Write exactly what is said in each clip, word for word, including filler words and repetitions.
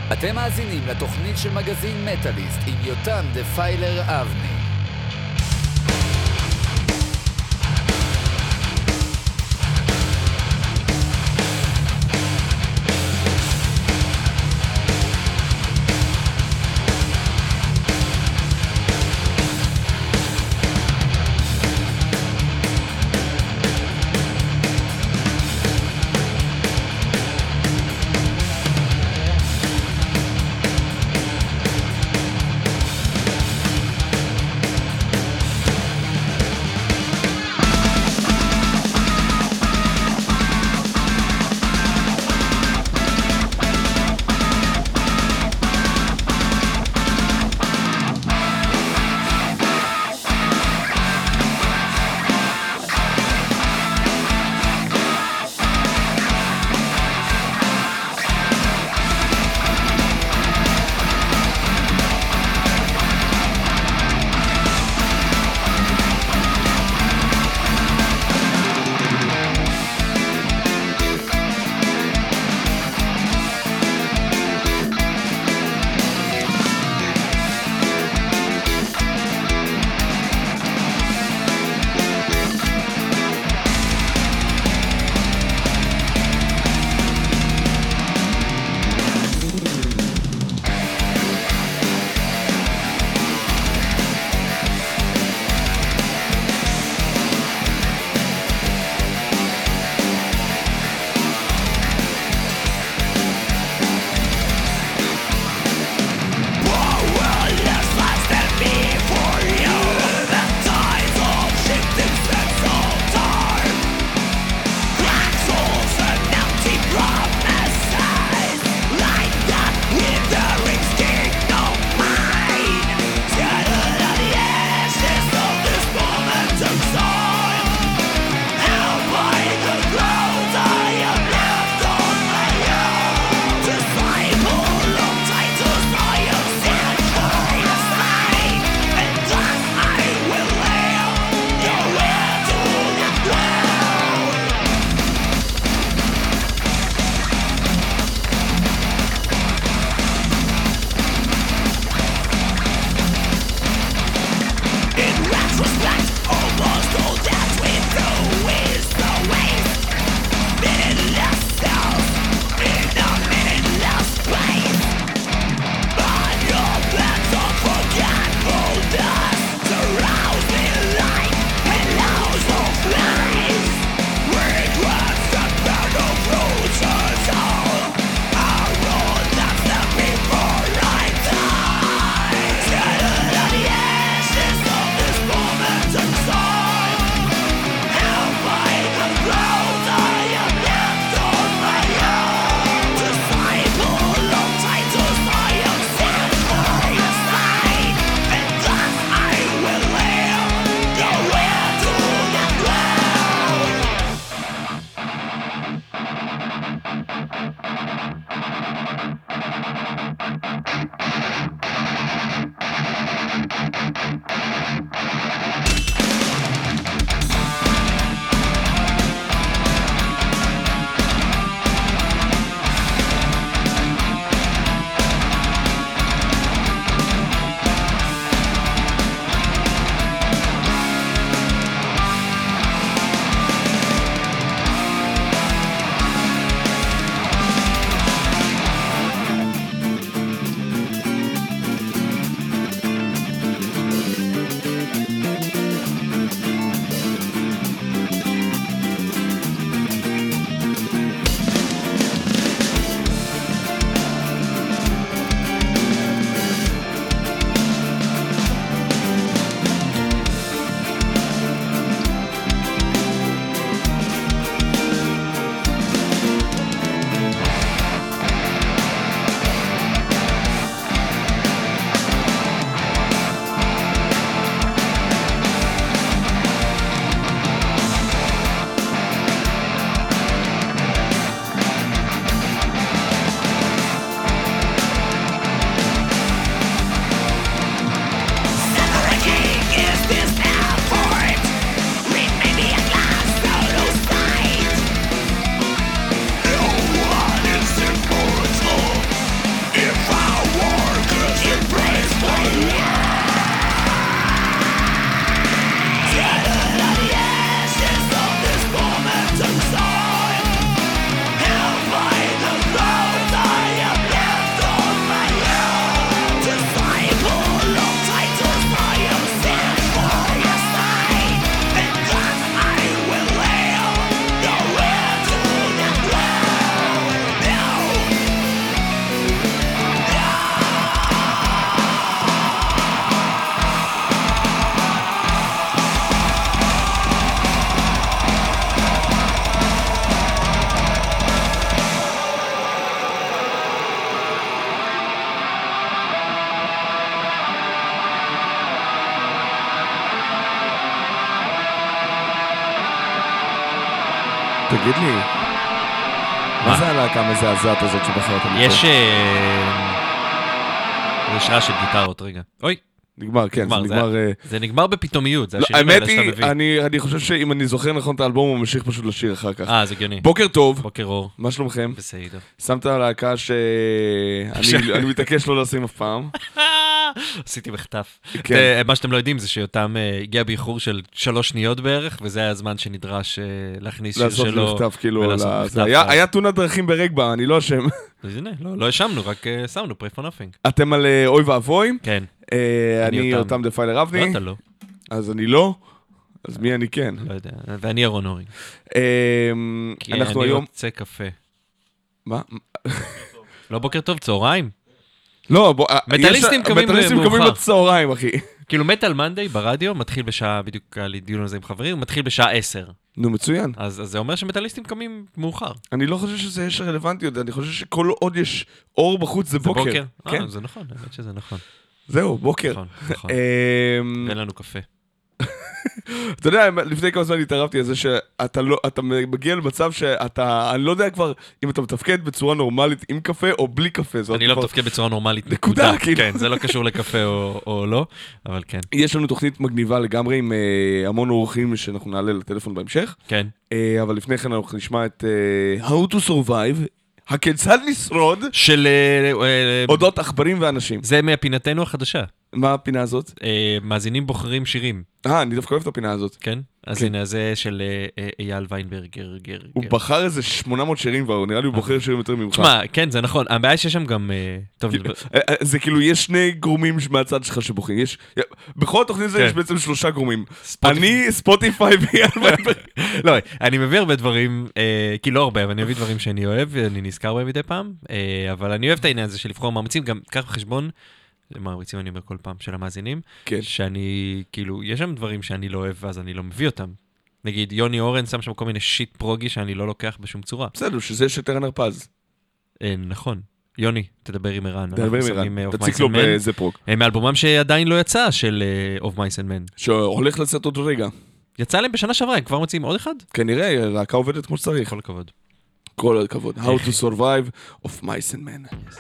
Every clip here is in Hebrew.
אתם מאזינים לתוכנית של מגזין מטאליסט עם יותם דפיילר אבני. תגיד לי, מה זה הלהקה המזעזעת הזאת שבחרת לי? יש... יש רעש של גיטרות, רגע. אוי. נגמר, כן, זה נגמר... זה נגמר בפתאומיות, זה השירים האלה שאתה מביא. האמת היא, אני חושב שאם אני זוכר נכון את האלבום, הוא ממשיך פשוט לשיר אחר כך. אה, זה הגיוני. בוקר טוב. בוקר אור. מה שלומכם? בסדר. שמת להקה שאני מתעקש לא לשים אף פעם. עשיתי מחטף. מה שאתם לא יודעים זה שיותם הגיע באיחור של שלוש שניות בערך, וזה היה הזמן שנדרש להכניס שיר שלו. לעשות מחטף, כאילו, היה תאונת דרכים ברגבה, אני לא אשם. אז הנה, לא השמנו, רק שמנו, pray for nothing. אתם על אוי ואבוי? כן. אני יותם דפיילר אבני. לא, אתה לא. אז אני לא? אז מי אני כן? לא יודע, ואני ארון אורינג. כי אני רוצה קפה. מה? לא בוקר טוב, צהריים? לא, בוא... מטליסטים קמים מאוחר. בצהריים, אחי. כאילו מטל מנדי ברדיו מתחיל בשעה, בדיוק היה לי דיון על זה עם חברים, מתחיל בשעה עשר. נו, מצוין. אז זה אומר שמטליסטים קמים מאוחר. אני לא חושב שזה יש רלוונטיות, אני חושב שכל עוד יש אור בחוץ זה בוקר. זה בוקר? אה, זה נכון, האמת שזה נכון. זהו, בוקר. נכון, נכון. ואין לנו קפה. אתה יודע, לפני כמה זמן התערבתי על זה שאתה מגיע למצב שאתה, אני לא יודע כבר אם אתה מתפקד בצורה נורמלית עם קפה או בלי קפה. אני לא מתפקד בצורה נורמלית, נקודה. כן, זה לא קשור לקפה או לא, אבל כן. יש לנו תוכנית מגניבה לגמרי עם המון אורחים שאנחנו נעלה לטלפון בהמשך. כן. אבל לפני כן אנחנו נשמע את How to Survive, הכיצד לשרוד, של אודות עכברים ואנשים. זה מהפינתנו החדשה. מה הפינה הזאת? מאזינים בוחרים שירים. אה, אני דווקא אוהב את הפינה הזאת. כן? אז הנה, זה של אייל ויינברגר. הוא בחר איזה שמונה מאות שירים כבר, נראה לי הוא בוחר שירים יותר ממך. תשמע, כן, זה נכון. הבעיה שיש שם גם... זה כאילו, יש שני גורמים מהצד שלך שבוחרים. בכל התוכנית הזה יש בעצם שלושה גורמים. אני, ספוטיפיי ואייל ויינברגר. לא, אני מביא הרבה דברים, כי לא הרבה, אבל אני מביא דברים שאני אוהב, ואני נזכר בהם מדי פעם, אבל אני אוהב את העניין הזה של לבחור מאמצים, גם קח בחשבון, למעריצים אני אומר כל פעם של המאזינים, כן. שאני, כאילו, יש שם דברים שאני לא אוהב, אז אני לא מביא אותם. נגיד, יוני אורן שם שם כל מיני שיט פרוגי שאני לא לוקח בשום צורה. בסדר, שזה שטרן הרפז. נכון. יוני, תדבר עם ערן. תדבר עם ערן, תציק לו באיזה פרוג. מאלבומם שעדיין לא יצא, של Of Mice and Men. שהולך לצאת עוד רגע. יצא להם בשנה שעברה, הם כבר מוצאים עוד אחד? כנראה, להקה עובדת כמו שצריך. כל הכבוד. כל הכבוד. How to Survive of Mice and Men. Yes.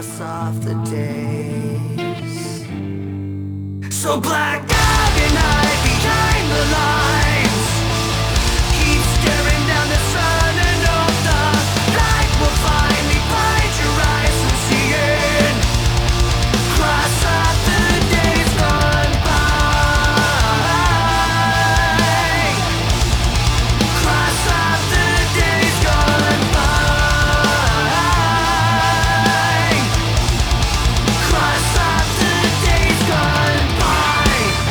cross off the days. So black out and I behind the lines, keep staring down the sun and hope the light will finally find your eyes and see it. Cross off the days gone by. Cross off the days gone by. Cross off the days gone by.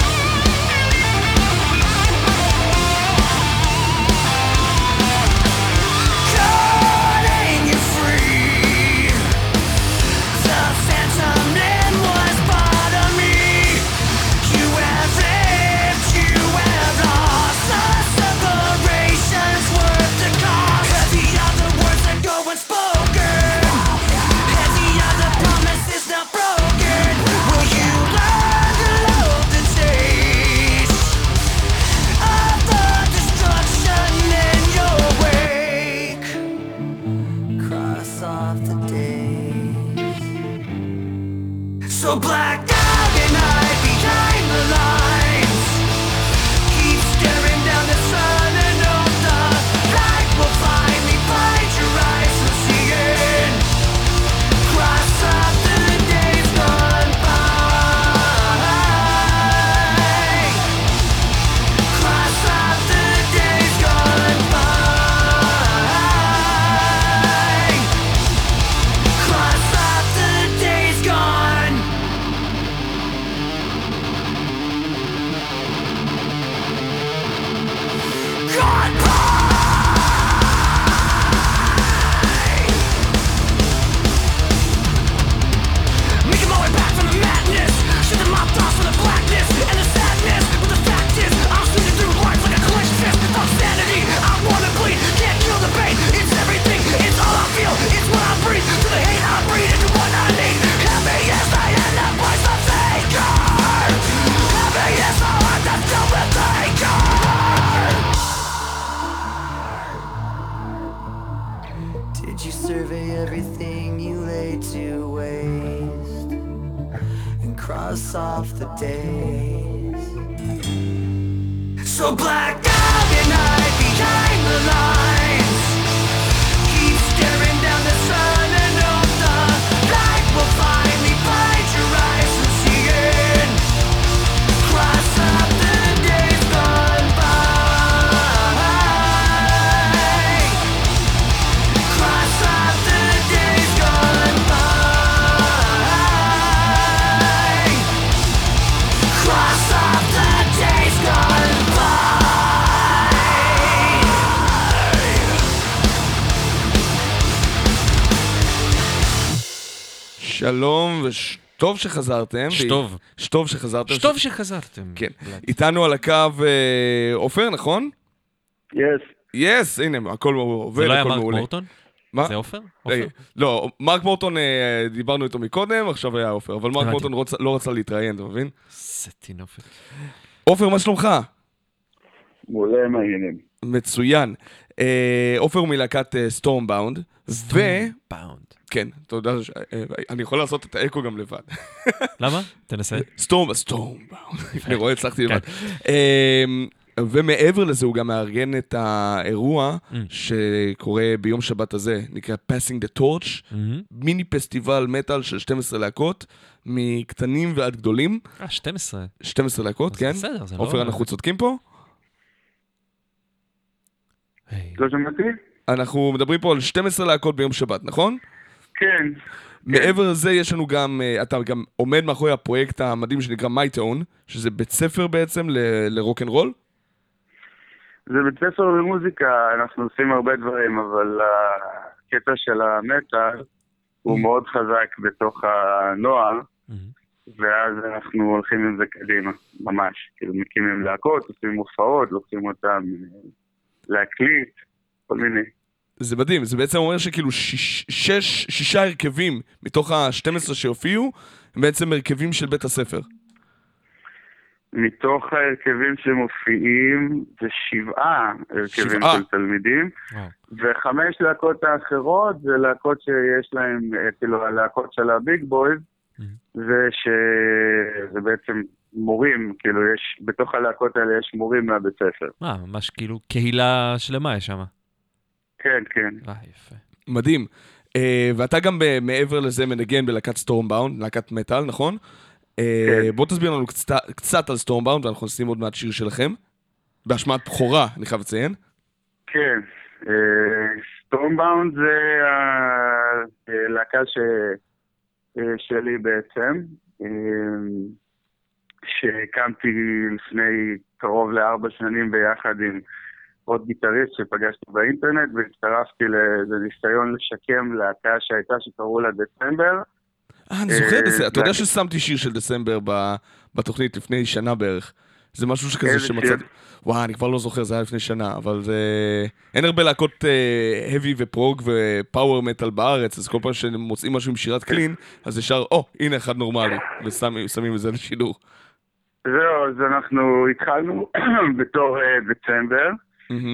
Cutting you free. The phantom land was part of me. You have lived, you have lost. The separation's worth the cost. Heavy are the words that go unspoken. Heavy are the promises not broken. Will you learn to love the taste of the destruction in your wake? Cross off the days. So black out and I behind the lines, keep staring down the sun and hope the light will finally find your eyes and see it. Cross off the days gone by. Cross off the days gone by. Cross off the days gone. Gone by. Making my way back from the madness, shifting my thoughts from the blackness and the sadness. But the fact is, I'm swinging through life like a clenched fist. I'm sanity, I wanna bleed, can't kill the pain. It's everything, it's all I feel, it's what I breathe. To the hate I breathe, into what I need. Happy is the end, that voice of thinker. Happy is the heart that's filled with thinker. Did you survey everything you laid to waste and cross off the days? So black out and I behind the lines, keep staring down the sun and hope the light will finally find your eyes and see it. Cross off the days gone by. Cross off the days gone by. Cross off the days gone by. שלום, וטוב שחזרתם. שטוב. שטוב שחזרתם. שטוב שחזרתם. כן. איתנו על הקו אה, עופר, נכון? יס. יס, הנה, הכל עובד, זה לא היה הכל מרק מעולה. מורטון? מה? זה עופר? רגע, עופר? לא, מרק מורטון, אה, דיברנו איתו מקודם, עכשיו היה עופר, אבל מרק הבנתי. מורטון רוצ- לא רצה להתראיין, אתה מבין? זה טינופת. עופר, מה שלומך? מעולה מעניינים. מצוין. אה, עופר הוא מלהקת סטורמבאונד, ו... באונד. כן, אתה יודע, ש- אה, אני יכול לעשות את האקו גם לבד. למה? תנסה. סטורם, סטורמבאונד. אני רואה, הצלחתי לבד. אה, ומעבר לזה הוא גם מארגן את האירוע שקורה ביום שבת הזה, נקרא Passing the Torch, מהמם. מיני פסטיבל מטל של שתים עשרה להקות, מקטנים ועד גדולים. אה, שתים עשרה. שתים עשרה להקות, אז כן? בסדר, זה לא- עופר, אנחנו צודקים פה? היי. לא שמעתי? אנחנו מדברים פה על שתים עשרה להקות ביום שבת, נכון? כן. מעבר לזה יש לנו גם, אה, אתה גם עומד מאחורי הפרויקט המדהים שנקרא מייטון, שזה בית ספר בעצם ל- לרוק'נ'רול. זה בית ספר למוזיקה, אנחנו עושים הרבה דברים, אבל הקטע של המטל הוא מאוד חזק בתוך הנוער, מהמם. ואז אנחנו הולכים עם זה קדימה, ממש. כאילו מקימים להקות, עושים מופעות, לוקחים אותם להקליט, כל מיני. זה מדהים, זה בעצם אומר שכאילו שיש, שש, שישה הרכבים מתוך ה-שתים עשרה שהופיעו, הם בעצם הרכבים של בית הספר. מתוך ההרכבים שמופיעים, זה שבעה הרכבים שבעה. של תלמידים, וואו. וחמש להקות האחרות זה להקות שיש להם, כאילו הלהקות של הביג בויז, זה שזה בעצם מורים, כאילו יש, בתוך הלהקות האלה יש מורים מהבית ספר. אה, ממש כאילו קהילה שלמה יש שם. כן, כן. אה, יפה. מדהים. אה, ואתה גם ב- מעבר לזה מנגן בלהקת סטורמבאונד, להקת מטל, נכון? אה, כן. בוא תסביר לנו קצת, קצת על סטורמבאונד, ואנחנו נשים עוד מעט שיר שלכם. בהשמעת בכורה, אני חייב לציין. כן. סטורמבאונד זה הלהקה ש... שלי בעצם, שהקמתי לפני קרוב לארבע שנים ביחד עם עוד גיטריסט שפגשתי באינטרנט, והצטרפתי לאיזה ניסיון לשקם להקה שהייתה שקראו לה דצמבר. אה, אני זוכר, אה, דס- אתה יודע זה- ששמתי שיר של דצמבר ב- בתוכנית לפני שנה בערך. זה משהו שכזה איזה שמצאתי... שיר? וואי, אני כבר לא זוכר, זה היה לפני שנה, אבל זה... אין הרבה להקות heavy ופרוג ופאוור מטל בארץ, אז כל פעם שמוצאים משהו עם שירת קלין, אז ישר, או, הנה אחד נורמלי, ושמים את זה לשידור. זהו, אז אנחנו התחלנו בתור אה, דצמבר, מהמם.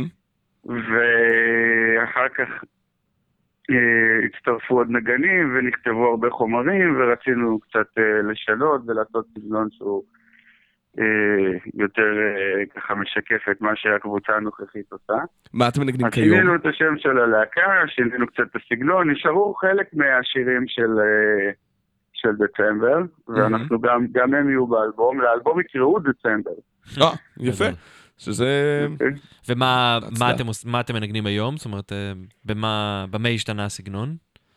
ואחר כך אה, הצטרפו עוד נגנים ונכתבו הרבה חומרים, ורצינו קצת אה, לשנות ולעשות סגנון שהוא אה, יותר אה, ככה משקף את מה שהקבוצה הנוכחית עושה. מה אתם מנגנים אז כיום? שינינו את השם של הלהקה, שינינו קצת את הסגנון, נשארו חלק מהשירים של, אה, של דצמבר, ואנחנו גם, גם הם יהיו באלבום, לאלבום יקראו דצמבר. אה, יפה. שזה... אוקיי? ומה בהצלחה. מה אתם עוש- מה אתם מנגנים היום? זאת אומרת, אה, במה במה השתנה הסגנון?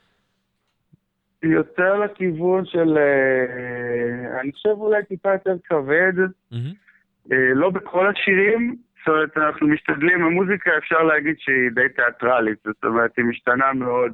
יותר לכיוון של, אה, אני חושב אולי טיפה יותר כבד, מהמם. אה, לא בכל השירים, זאת אומרת, אנחנו משתדלים, המוזיקה אפשר להגיד שהיא די תיאטרלית, זאת אומרת, היא משתנה מאוד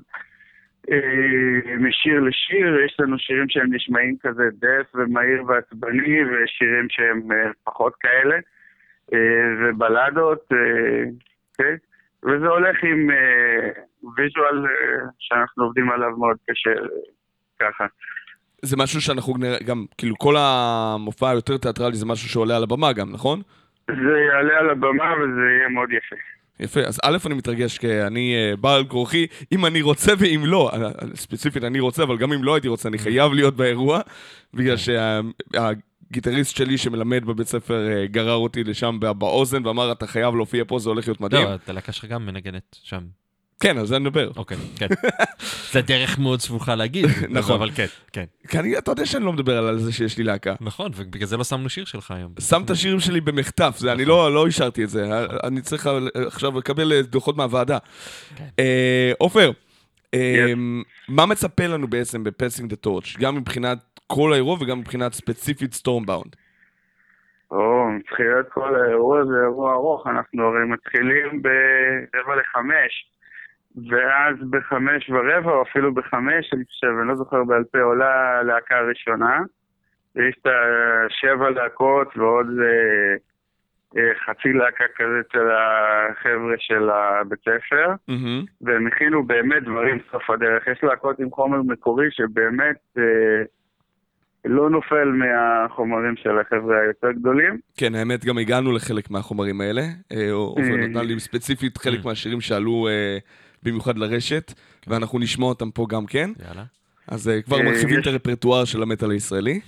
אה, משיר לשיר, יש לנו שירים שהם נשמעים כזה דף ומהיר ועצבני, ויש שירים שהם אה, פחות כאלה, אה, ובלדות, אה, כן? וזה הולך עם אה, ויז'ואל אה, שאנחנו עובדים עליו מאוד קשה, אה, ככה. זה משהו שאנחנו נראה, גם, כאילו, כל המופע היותר תיאטרלי זה משהו שעולה על הבמה גם, נכון? זה יעלה על הבמה וזה יהיה מאוד יפה. יפה, אז א', אני מתרגש כי אני uh, בעל כורחי, אם אני רוצה ואם לא, ספציפית אני רוצה, אבל גם אם לא הייתי רוצה, אני חייב להיות באירוע, בגלל שהגיטריסט שלי שמלמד בבית ספר uh, גרר אותי לשם בא- באוזן, ואמר, אתה חייב להופיע פה, זה הולך להיות מדהים. לא, את הלהקה שלך גם מנגנת שם. כן, על זה אני מדבר. אוקיי, כן. זה דרך מאוד סבוכה להגיד. נכון. אבל כן, כן. כי אני, אתה יודע שאני לא מדבר על זה שיש לי להקה. נכון, ובגלל זה לא שמנו שיר שלך היום. שם את השירים שלי במחטף, זה, אני לא, לא השארתי את זה, אני צריך עכשיו לקבל דוחות מהוועדה. אה, עופר, אה, מה מצפה לנו בעצם ב-Passing the Torch, גם מבחינת כל האירוע וגם מבחינת ספציפית סטורמבאונד? או, מתחילת כל האירוע זה אירוע ארוך, אנחנו הרי מתחילים ברבע לחמש, ואז בחמש ורבע, או אפילו בחמש, אני חושב, אני לא זוכר בעל פה, עולה להקה ראשונה, יש את השבע להקות ועוד אה, אה, חצי להקה כזה של החבר'ה של הבית ספר, מהמם. והם הכינו באמת דברים סוף הדרך. יש להקות עם חומר מקורי שבאמת אה, לא נופל מהחומרים של החבר'ה היותר גדולים. כן, האמת, גם הגענו לחלק מהחומרים האלה. אה, עופר נתן לי ספציפית חלק מהשירים שעלו אה, במיוחד לרשת, ואנחנו נשמע אותם פה גם כן. יאללה. אז אה, כבר אה, מרחיבים יש- את הרפרטואר של המטל הישראלי.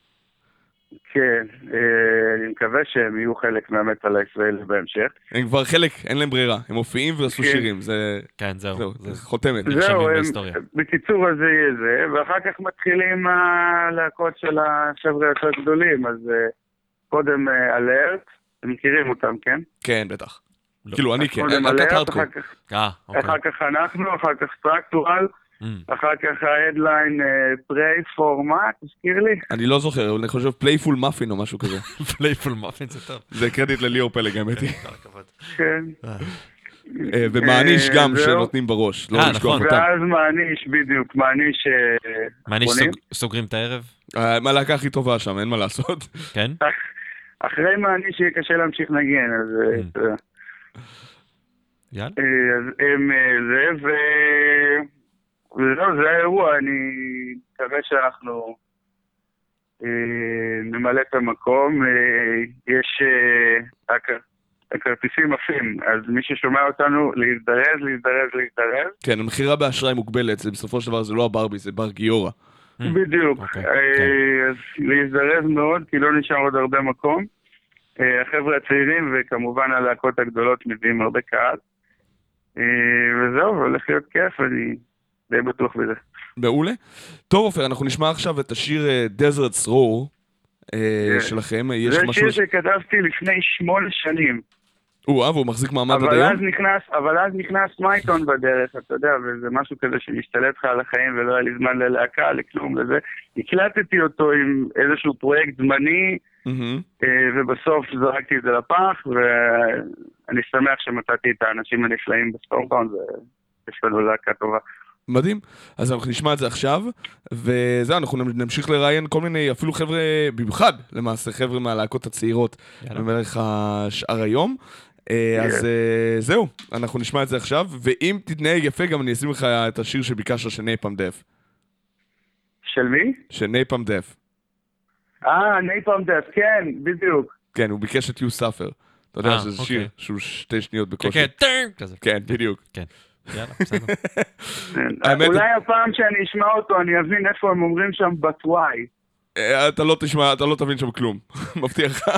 כן, אה, אני מקווה שהם יהיו חלק מהמטל הישראלי בהמשך. הם כבר חלק, אין להם ברירה. הם מופיעים ועשו כן. שירים, זה כן, זהו. זהו, זה- זה חותמת. נרשמים זהו, הם, בהיסטוריה. בקיצור אז זה יהיה זה, ואחר כך מתחילים הלהקות של החבר'ה היותר גדולים, אז אה, קודם אה, אלרט, אתם מכירים אותם, כן? כן, בטח. לא. כאילו, אני כן, קודם להקת אלרט, הארדקור. אחר כך- אה, אוקיי. אחר כך אנחנו, אחר כך סטרקטורל, Mm. אחר כך ההדליין פריי פור מה, תזכיר לי? אני לא זוכר, אבל אני חושב פלייפול מאפין או משהו כזה. פלייפול מאפין זה טוב. זה קרדיט לליאור פלג, האמת היא. כל הכבוד. כן. אה, ומעניש אה, גם זהו. שנותנים בראש, לא אה, לשכוח נכון. אותם. ואז מעניש, בדיוק, מעניש אה, מעניש אחרונים. סוג- סוגרים את הערב? אה, מה להקה הכי טובה שם, אין מה לעשות. כן? אחרי מעניש יהיה קשה להמשיך לנגן, אז אה, Mm. אתה יודע. יאללה. אה, אז הם אה, זה, ו- וזהו, זה האירוע, אני מקווה שאנחנו נמלא את המקום, יש הכרטיסים עפים, אז מי ששומע אותנו, להזדרז, להזדרז, להזדרז. כן, המחירה באשראי מוגבלת, זה בסופו של דבר זה לא הברבי, זה בר גיורא. בדיוק, אז להזדרז מאוד, כי לא נשאר עוד הרבה מקום. החבר'ה הצעירים וכמובן הלהקות הגדולות מביאים הרבה קהל. וזהו, הולך להיות כיף, אני די בטוח בזה. מעולה. טוב, אופר, אנחנו נשמע עכשיו את השיר Desert's Roar שלכם. זה שיר שכתבתי לפני שמונה שנים. הוא אהב, הוא מחזיק מעמד עד היום? אבל אז נכנס מייטון בדרך, אתה יודע, וזה משהו כזה שמשתלט לך על החיים ולא היה לי זמן ללהקה, לכלום לזה. הקלטתי אותו עם איזשהו פרויקט זמני, ובסוף זרקתי את זה לפח, ואני שמח שמצאתי את האנשים הנפלאים בסטורמבאונד, ויש לנו להקה טובה. מדהים. אז אנחנו נשמע את זה עכשיו, וזה, אנחנו נמשיך לראיין כל מיני, אפילו חבר'ה, במיוחד למעשה, חבר'ה מהלהקות הצעירות, במהלך השאר היום. אז זהו, אנחנו נשמע את זה עכשיו, ואם תתנהג יפה, גם אני אשים לך את השיר שביקשת של נייפאם דף. של מי? של נייפאם דף. אה, נייפאם דף, כן, בדיוק. כן, הוא ביקש את You Suffer. אתה יודע שזה שיר שהוא שתי שניות בקושי. כן, בדיוק. כן. יאללה, בסדר. אולי הפעם שאני אשמע אותו, אני אבין איפה הם אומרים שם but why. אתה לא תשמע, אתה לא תבין שם כלום. מבטיח לך.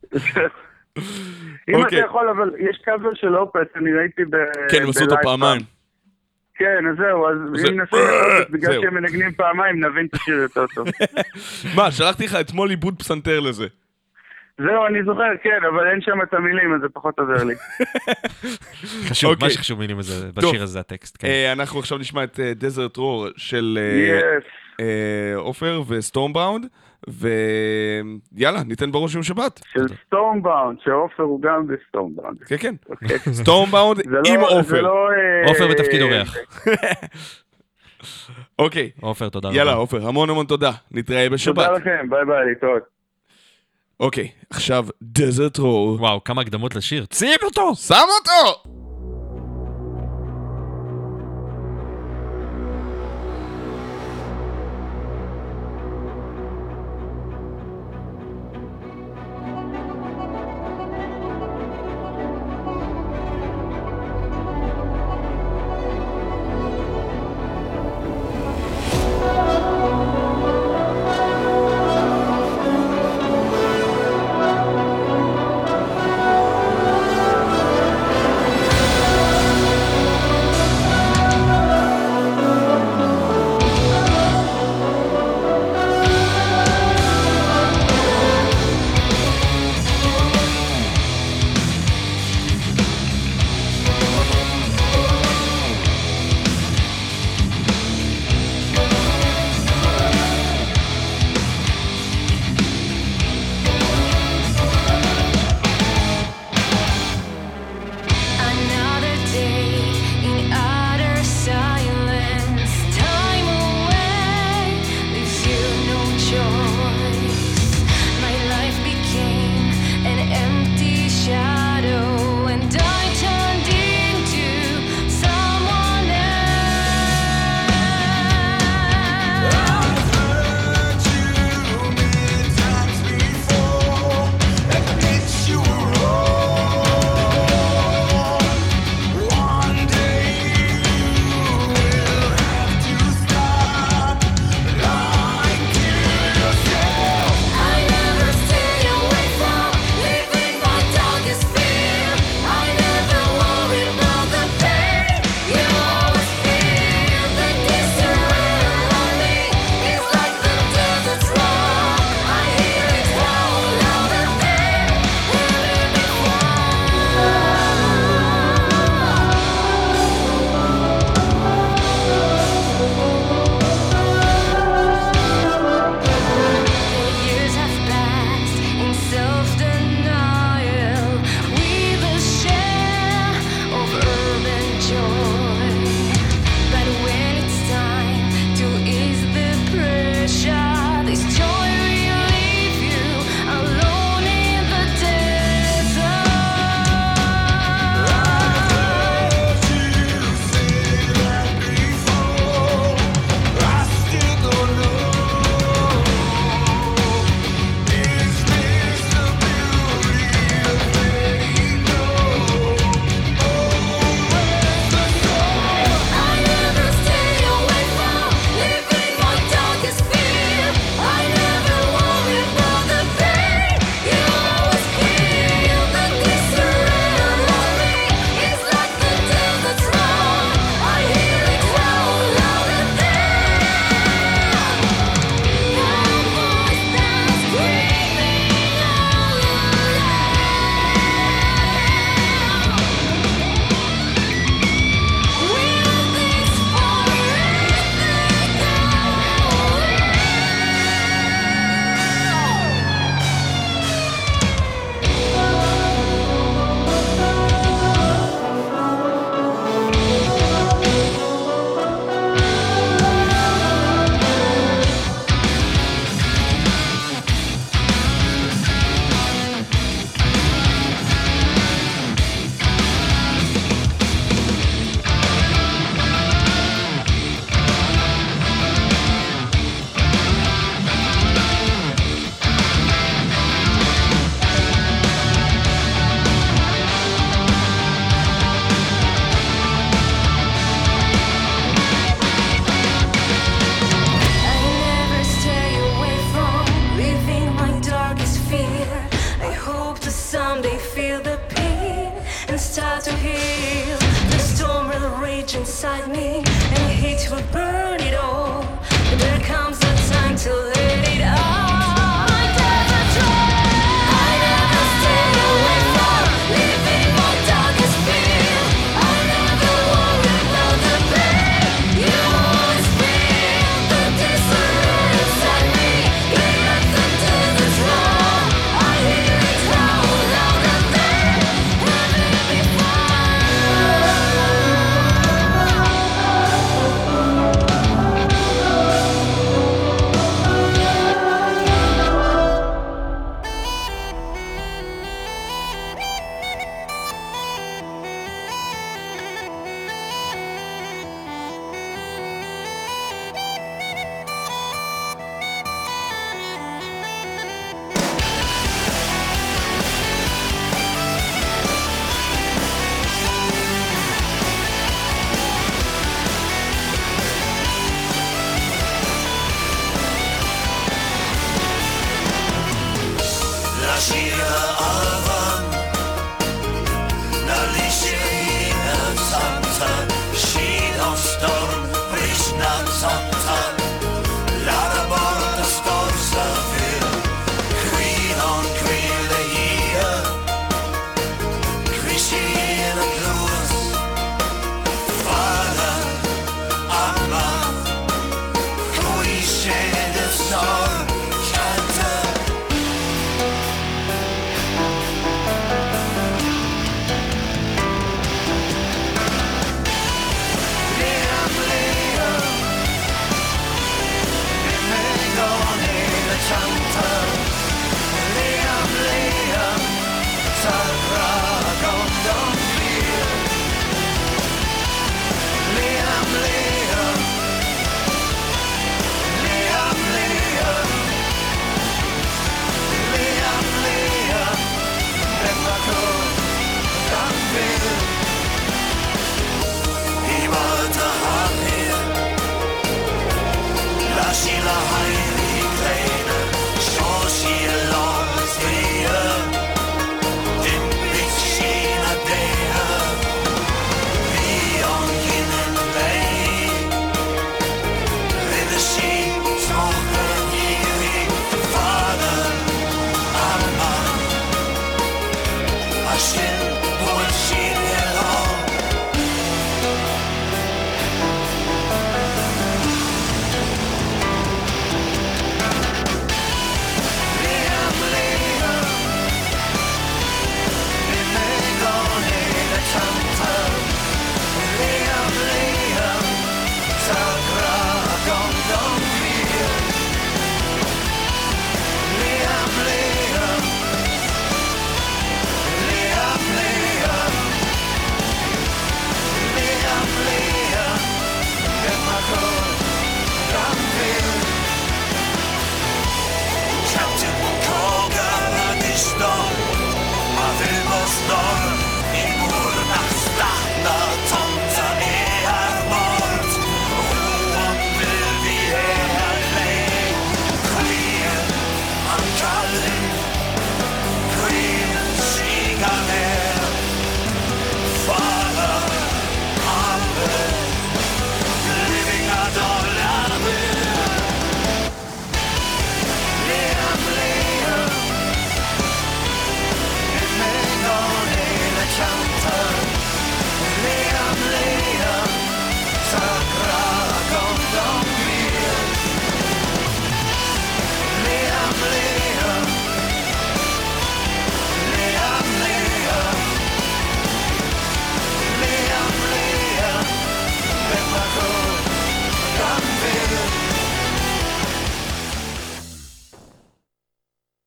אם אתה יכול, אבל יש קאבר של אופס, אני ראיתי ב... כן, הם עשו אותו פעמיים. כן, אז זהו, אז אם נסים אופס, בגלל שהם מנגנים פעמיים, נבין את השיר יותר טוב. מה, שלחתי לך אתמול עיבוד פסנתר לזה. זהו, אני זוכר, כן, אבל אין שם את המילים, אז זה פחות עוזר לי. חשוב, מה שחשוב מילים בשיר הזה זה הטקסט. אנחנו עכשיו נשמע את Desert Roar של אופר וסטורמבאונד, ויאללה, ניתן בראש יום שבת. של סטורמבאונד, שאופר הוא גם בסטורמבאונד. כן, כן. סטורמבאונד עם אופר. אופר בתפקיד אורח. אוקיי. אופר, תודה רבה. יאללה, אופר, המון המון תודה. נתראה בשבת. תודה לכם, ביי ביי, להתראות. אוקיי, עכשיו Desert Roar. וואו, כמה הקדמות לשיר. שים אותו! שם אותו!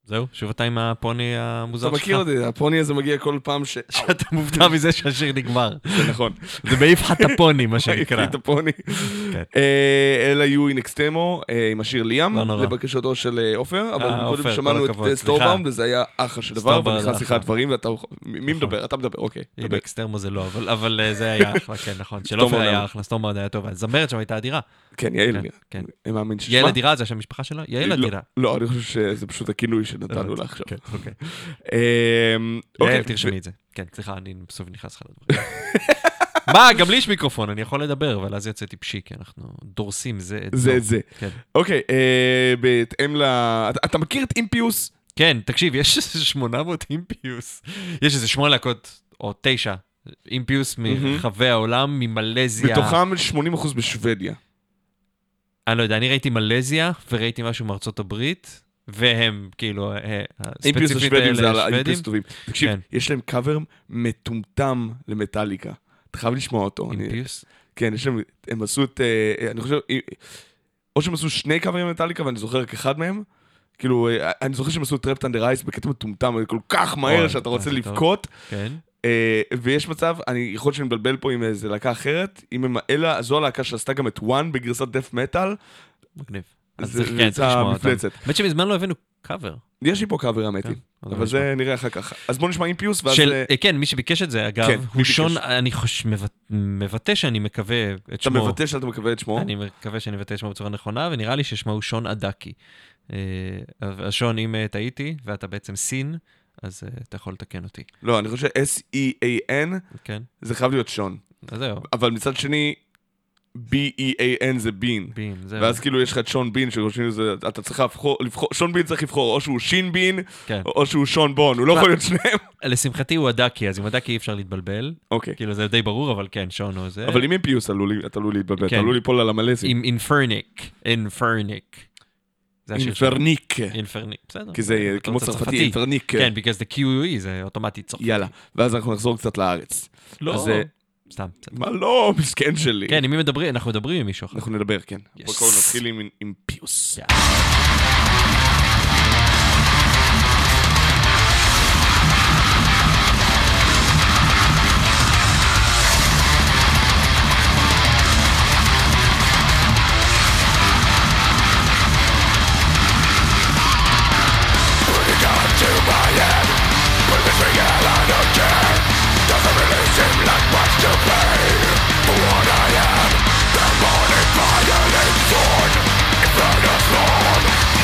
זהו, שוב אתה עם הפוני המוזר אתה שלך. מכיר אותי, הפוני הזה מגיע כל פעם ש... שאתה מופתע מזה שהשיר נגמר. זה נכון. זה מעיף לך את הפוני, מה שנקרא. את הפוני. כן. אלה היו אין אקסטמו עם השיר ליאם, לא נורא. לבקשתו של עופר, אבל אה, עופר, קודם כל שמענו הכבוד, את סטורבאום, סליחה. וזה היה אחלה של דבר, סטורבאום ונכנס זה לך אחלה. דברים, ואתה... מי מדבר? אתה מדבר, אוקיי. עם דבר. אקסטרמו זה לא, אבל- אבל אה, זה היה אחלה, כן, נכון. של עופר היה אחלה, סטורמארד היה טוב. הזמרת שם הייתה אדירה. כן, יעל, כן, כן. אני מאמין ששמה. יעל אדירה, זה השם המשפחה שלה? יעל לא, אדירה. לא, אני חושב שזה פשוט הכינוי שנתנו לה עכשיו. כן, אוקיי. אמ, אוקיי, יעל, תרשמי את זה. כן, סליחה, אני בסוף נכנס לך לדברים. מה, גם לי יש מיקרופון, אני יכול לדבר, אבל אז יוצא טיפשי, כי אנחנו דורסים זה את זה את זה. כן. אוקיי, אה, בהתאם ל... אתה- אתה מכיר את אימפיוס? כן, תקשיב, יש איזה שמונה מאות אימפיוס. יש איזה שמונה להקות, או תשע, אימפיוס מרחבי העולם, ממלזיה. בתוכם שמונים אחוז בשוודיה. אני לא יודע, אני ראיתי מלזיה, וראיתי משהו מארצות הברית, והם כאילו, אה, אימפיוס ספציפית השוודים זה על אלה האימפיוס שוודים. טובים. תקשיב, כן. יש להם קאבר מטומטם למטאליקה. אתה חייב לשמוע אותו. אני- אימפיוס? כן, יש להם, הם עשו את, אה, אני חושב, אה, או שהם עשו שני קאברים למטאליקה, ואני זוכר רק אחד מהם. כאילו, אה, אני זוכר שהם עשו את טרפט אנדר אייס בקטע מטומטם, כל כך מהר אוי, שאתה רוצה זה טוב. לבכות. כן. אה, ויש מצב, אני יכול שאני מבלבל פה עם איזה להקה אחרת, אם הם, אלא, זו הלהקה שעשתה גם את וואן בגרסת דף מטאל, מגניב. זה- אז צריך- זה כן, צריך לשמוע אותם. מפלצת. האמת שמזמן לא הבאנו קאבר. יש לי פה קאבר האמת היא, אז אבל זה נראה אחר כך. אז בוא נשמע אימפיוס, ואז... של, אה, אה, כן, מי שביקש את זה, אגב, כן, מי הוא ביקש? שון, אני חוש, מבט- מבטא שאני מקווה את אתה שמו. מבטא שאתה מקבל את שמו? אני מקווה שאני מבטא את שמו בצורה נכונה, ונראה לי ששמו הוא שון אדקי. אה, השון, אם אה, טעיתי, ואתה בעצם סין, אז אה, אתה יכול לתקן אותי. לא, אני חושב ש-S E A N כן? זה חייב להיות שון. אז זהו, אבל מצד שני, B E A N זה בין. בין, זהו. ואז כאילו יש לך את שון בין, שחושבים שזה, אתה צריך לבחור, לבחור, שון בין צריך לבחור, או שהוא שין בין, כן. או שהוא שון בון, הוא לא יכול להיות שניהם. לשמחתי הוא אדקי, אז עם אדקי אי אפשר להתבלבל. אוקיי. כאילו זה די ברור, אבל כן, שון הוא זה. אבל עם אימפיוס עלול- אתה עלול להתבלבל, אתה כן. עלול ליפול על המלזים. עם אינפרניק, אינפרניק. זה השיר שלו. אינפרניק. אינפרניק, בסדר. כי זה אתה כמו רוצה צרפתי, אינפרניק. כן, because the Q U E זה אוטומטית צרפתי. יאללה. ואז אנחנו נחזור קצת לארץ. לא, אז, אה, סתם. בסדר. מה לא, מסכן שלי. כן, עם מי מדברים? אנחנו מדברים עם מישהו אחר. אנחנו נדבר, כן. Yes. בואו קודם נתחיל עם אימפיוס. Violence on, infernal storm.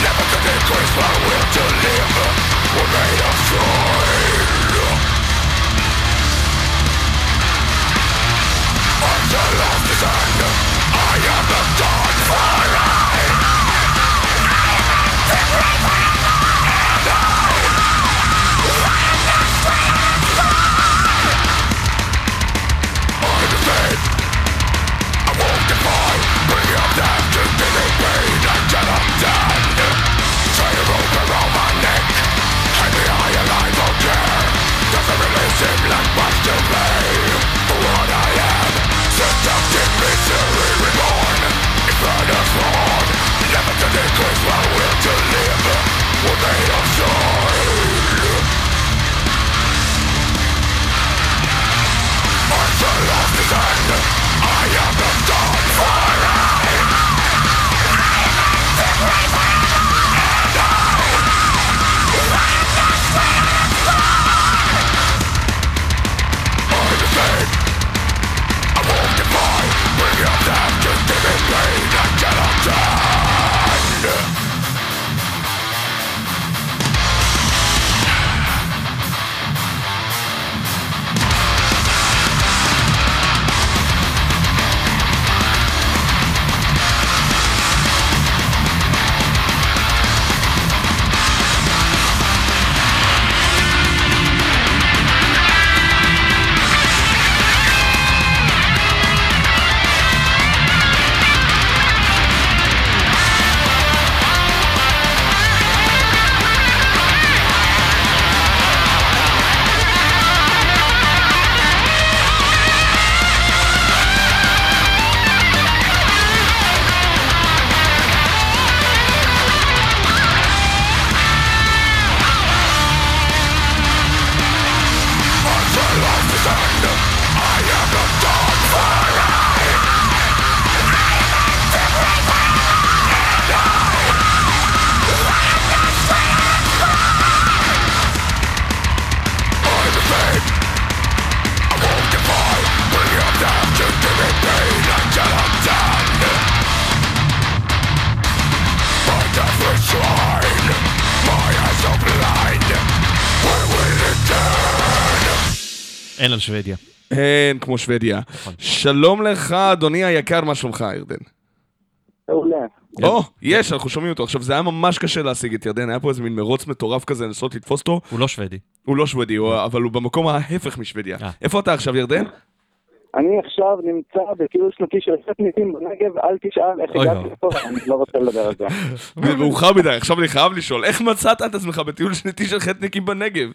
אין על שוודיה. אין, כמו שוודיה. שלום לך, אדוני היקר, מה שלומך, ירדן? מעולה. או, יש, אנחנו שומעים אותו. עכשיו, זה היה ממש קשה להשיג את ירדן, היה פה איזה מין מרוץ מטורף כזה, לנסות לתפוס אותו. הוא לא שוודי. הוא לא שוודי, אבל הוא במקום ההפך משוודיה. איפה אתה עכשיו, ירדן? אני עכשיו נמצא בטיול שנתי של סט ניסים בנגב, אל תשאל איך הגעתי לפה, אני לא רוצה לדבר על זה. זה מאוחר מדי, עכשיו אני חייב לשאול, איך מצאת את עצמך בטיול שנתי של חטניקים בנגב?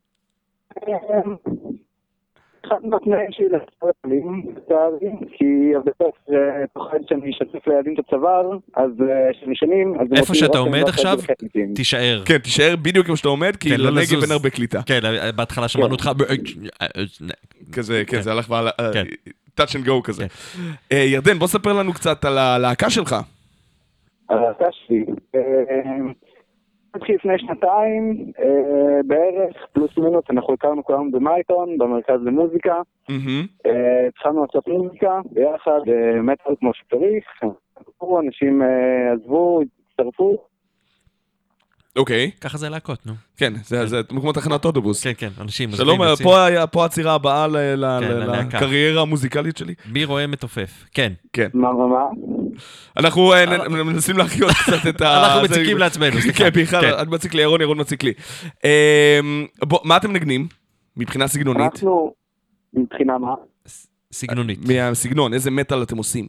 אחד מהתנאים שלי לספר עלים, כי בסוף פוחד שאני אשתף לידים את הצוואר, אז שאני שנים, אז... איפה שאתה עומד עכשיו, תישאר. כן, תישאר בדיוק כמו שאתה עומד, כי לנגב אין הרבה קליטה. כן, בהתחלה שמענו אותך... כזה, כן, זה הלך ועלה... touch and go כזה. ירדן, בוא ספר לנו קצת על הלהקה שלך. הלהקה שלי... התחיל לפני שנתיים, בערך, פלוס מינוס, אנחנו הכרנו כולנו במייטון, במרכז למוזיקה. התחלנו לעשות מוזיקה, ביחד, מטל כמו שצריך, אנשים עזבו, הצטרפו. אוקיי. ככה זה להקות, נו. כן, זה כמו תחנת אוטובוס. כן, כן, אנשים. שלום, פה הצירה הבאה לקריירה המוזיקלית שלי. בי רואה מתופף, כן. כן. מה, מה, מה? אנחנו מנסים להחיות קצת את ה... אנחנו מציקים לעצמנו, סליחה. כן, בכלל, אני מציק לי, ירון, ירון מציק לי. מה אתם נגנים? מבחינה סגנונית? אנחנו, מבחינה מה? סגנונית. מהסגנון, איזה מטל אתם עושים?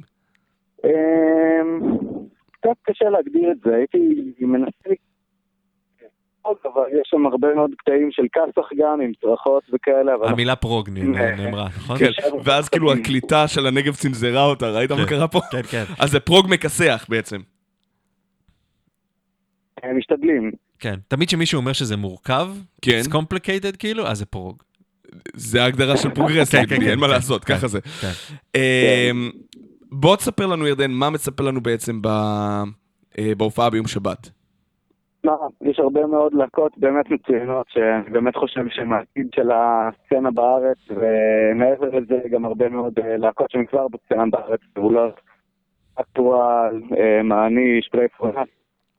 קצת קשה להגדיר את זה, הייתי מנסה... אבל יש שם הרבה מאוד קטעים של כסח גם, עם צרחות וכאלה. המילה פרוג נאמרה, נכון? כן, ואז כאילו הקליטה של הנגב צנזרה אותה, ראית מה קרה פה? כן, כן. אז זה פרוג מכסח בעצם. משתדלים. כן, תמיד שמישהו אומר שזה מורכב, it's complicated כאילו, אז זה פרוג. זה ההגדרה של פרוגרס, אין מה לעשות, ככה זה. בוא תספר לנו, ירדן, מה מצפה לנו בעצם בהופעה ביום שבת? יש הרבה מאוד להקות באמת מצוינות שאני באמת חושב שהם העתיד של הסצנה בארץ, ומעבר לזה גם הרבה מאוד להקות שהם כבר בסצנה בארץ, פעולות, אקטואל, מעניש, פלייפרונט.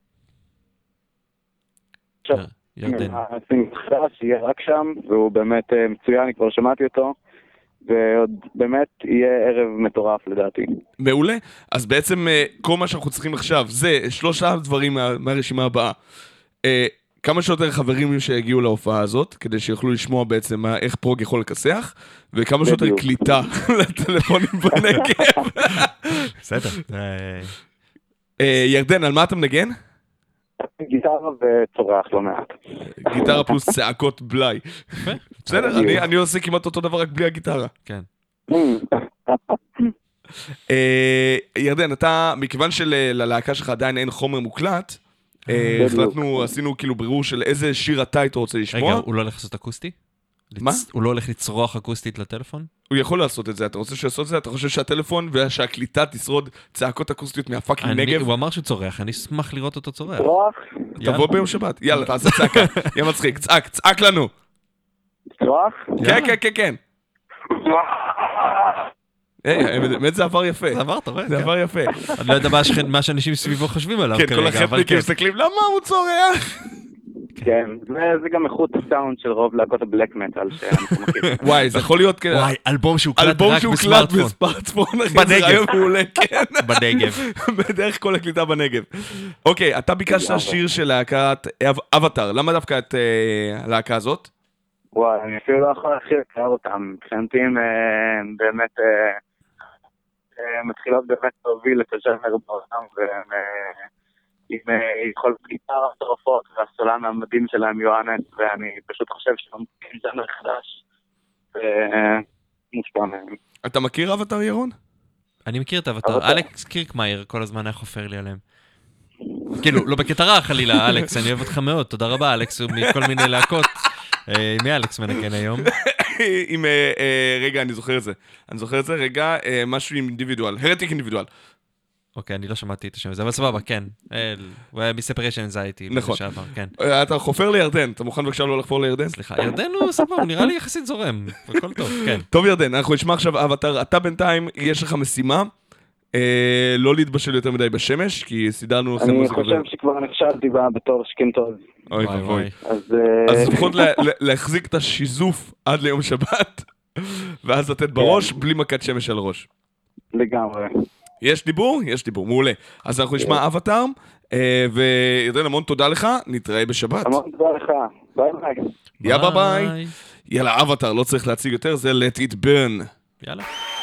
עכשיו, הסינגל חדש יהיה רק שם, והוא באמת מצוין, אני כבר שמעתי אותו, ועוד באמת יהיה ערב מטורף לדעתי. מעולה. אז בעצם כל מה שאנחנו צריכים עכשיו, זה שלושה דברים מה, מהרשימה הבאה. כמה שיותר חברים שיגיעו להופעה הזאת, כדי שיוכלו לשמוע בעצם איך פרוג יכול לכסח, וכמה שיותר קליטה לטלפונים בנגב. בסדר. ירדן, על מה אתה מנגן? גיטרה וצורח לא מעט. גיטרה פלוס צעקות בלי. בסדר, אני עושה כמעט אותו דבר רק בלי הגיטרה. כן. ירדן, אתה, מכיוון שללהקה שלך עדיין אין חומר מוקלט, החלטנו, עשינו כאילו ברור של איזה שיר אתה היית רוצה לשמוע. רגע, הוא לא הולך לעשות אקוסטי? מה? הוא לא הולך לצרוח אקוסטית לטלפון? הוא יכול לעשות את זה, אתה רוצה שיעשות את זה? אתה חושב שהטלפון ושהקליטה תשרוד צעקות אקוסטיות מהפאקינג נגב? הוא אמר שהוא צורח, אני אשמח לראות אותו צורח. תבוא ביום שבת, יאללה, תעשה צעקה, יהיה מצחיק, צעק, צעק לנו. צרוח? כן, כן, כן, כן. באמת זה עבר יפה. זה עבר, אתה רואה? זה עבר יפה. אני לא יודע מה שאנשים סביבו חושבים עליו כרגע. כן, כל החטניקים מסתכלים, למה הוא צורח? כן, זה גם איכות הסאונד של רוב להקות הבלק מטל שאנחנו מכירים. וואי, זה יכול להיות... וואי, אלבום שהוקלט רק בסמארטפון. אלבום שהוקלט בסמארטפון. בנגב. זה רעיון מעולה, כן. בנגב. בדרך כל הקליטה בנגב. אוקיי, אתה ביקשת שיר של להקת אבטר. למה דווקא את הלהקה הזאת? וואי, אני אפילו לא יכול להכיר לקרוא אותם. מבחינתי הם באמת... מתחילות באמת להוביל את הז'אנר בעולם, והם עם יכולת גיטרה מטורפות, והסולן המדהים שלהם יואנס, ואני פשוט חושב שהם ז'אנר חדש, ומושפע מהם. אתה מכיר אבטר, ירון? אני מכיר את אבטר. אלכס קירקמייר כל הזמן היה חופר לי עליהם. כאילו, לא בקטע רע חלילה, אלכס, אני אוהב אותך מאוד, תודה רבה, אלכס, מכל מיני להקות. מי אלכס מנגן היום? עם, רגע, אני זוכר את זה. אני זוכר את זה, רגע, משהו עם אינדיבידואל, הרטיק אינדיבידואל. אוקיי, אני לא שמעתי את השם הזה, אבל סבבה, כן. הוא היה מספריישן אנזייטי. נכון. אתה חופר לירדן, אתה מוכן בבקשה לא לחפור לירדן? סליחה, ירדן הוא סבבה, הוא נראה לי יחסית זורם. הכל טוב, כן. טוב ירדן, אנחנו נשמע עכשיו אבטר, אתה בינתיים, יש לך משימה, לא להתבשל יותר מדי בשמש, כי סידרנו לכם... אני חושב שכבר נכשלתי בה בתור שקינטוז. אוי ואבוי. אז לפחות להחזיק את השיזוף עד ליום שבת, ואז לתת בראש, בלי מכת שמש על ראש. לגמרי. יש דיבור? יש דיבור, מעולה. אז אנחנו נשמע אבטאר, וירדן, המון תודה לך, נתראה בשבת. המון תודה לך, ביי ביי. יאללה ביי. יאללה, אבטאר, לא צריך להציג יותר, זה Let It Burn. יאללה.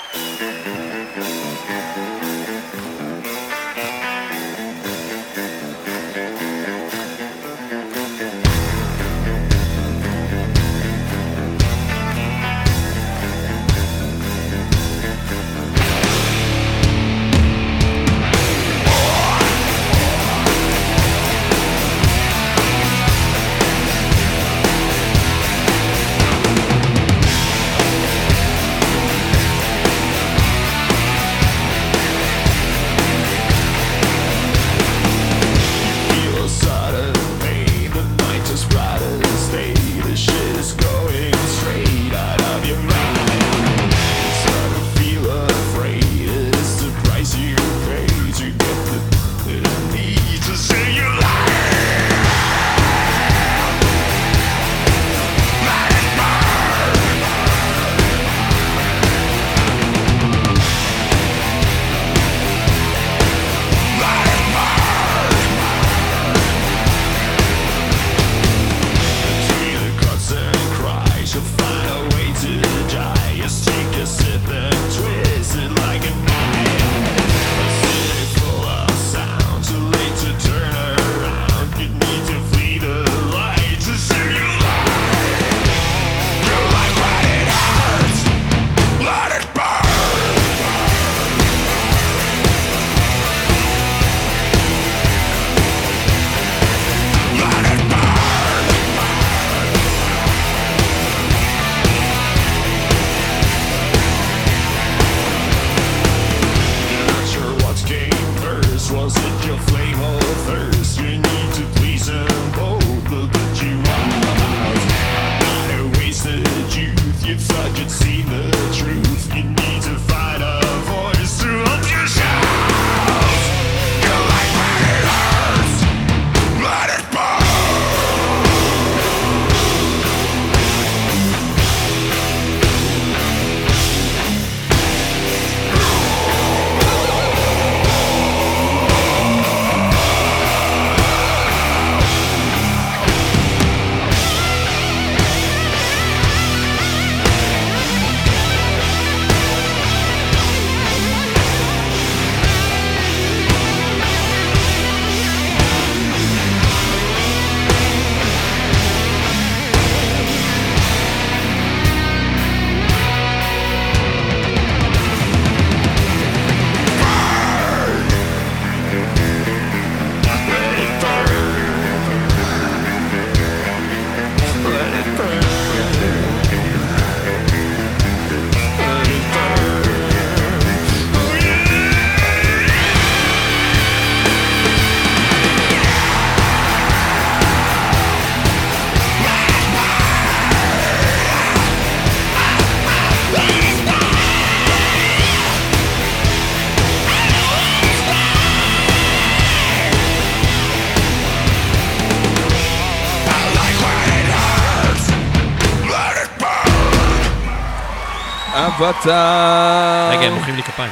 אבטאר. רגע, הם מוחאים לי כפיים.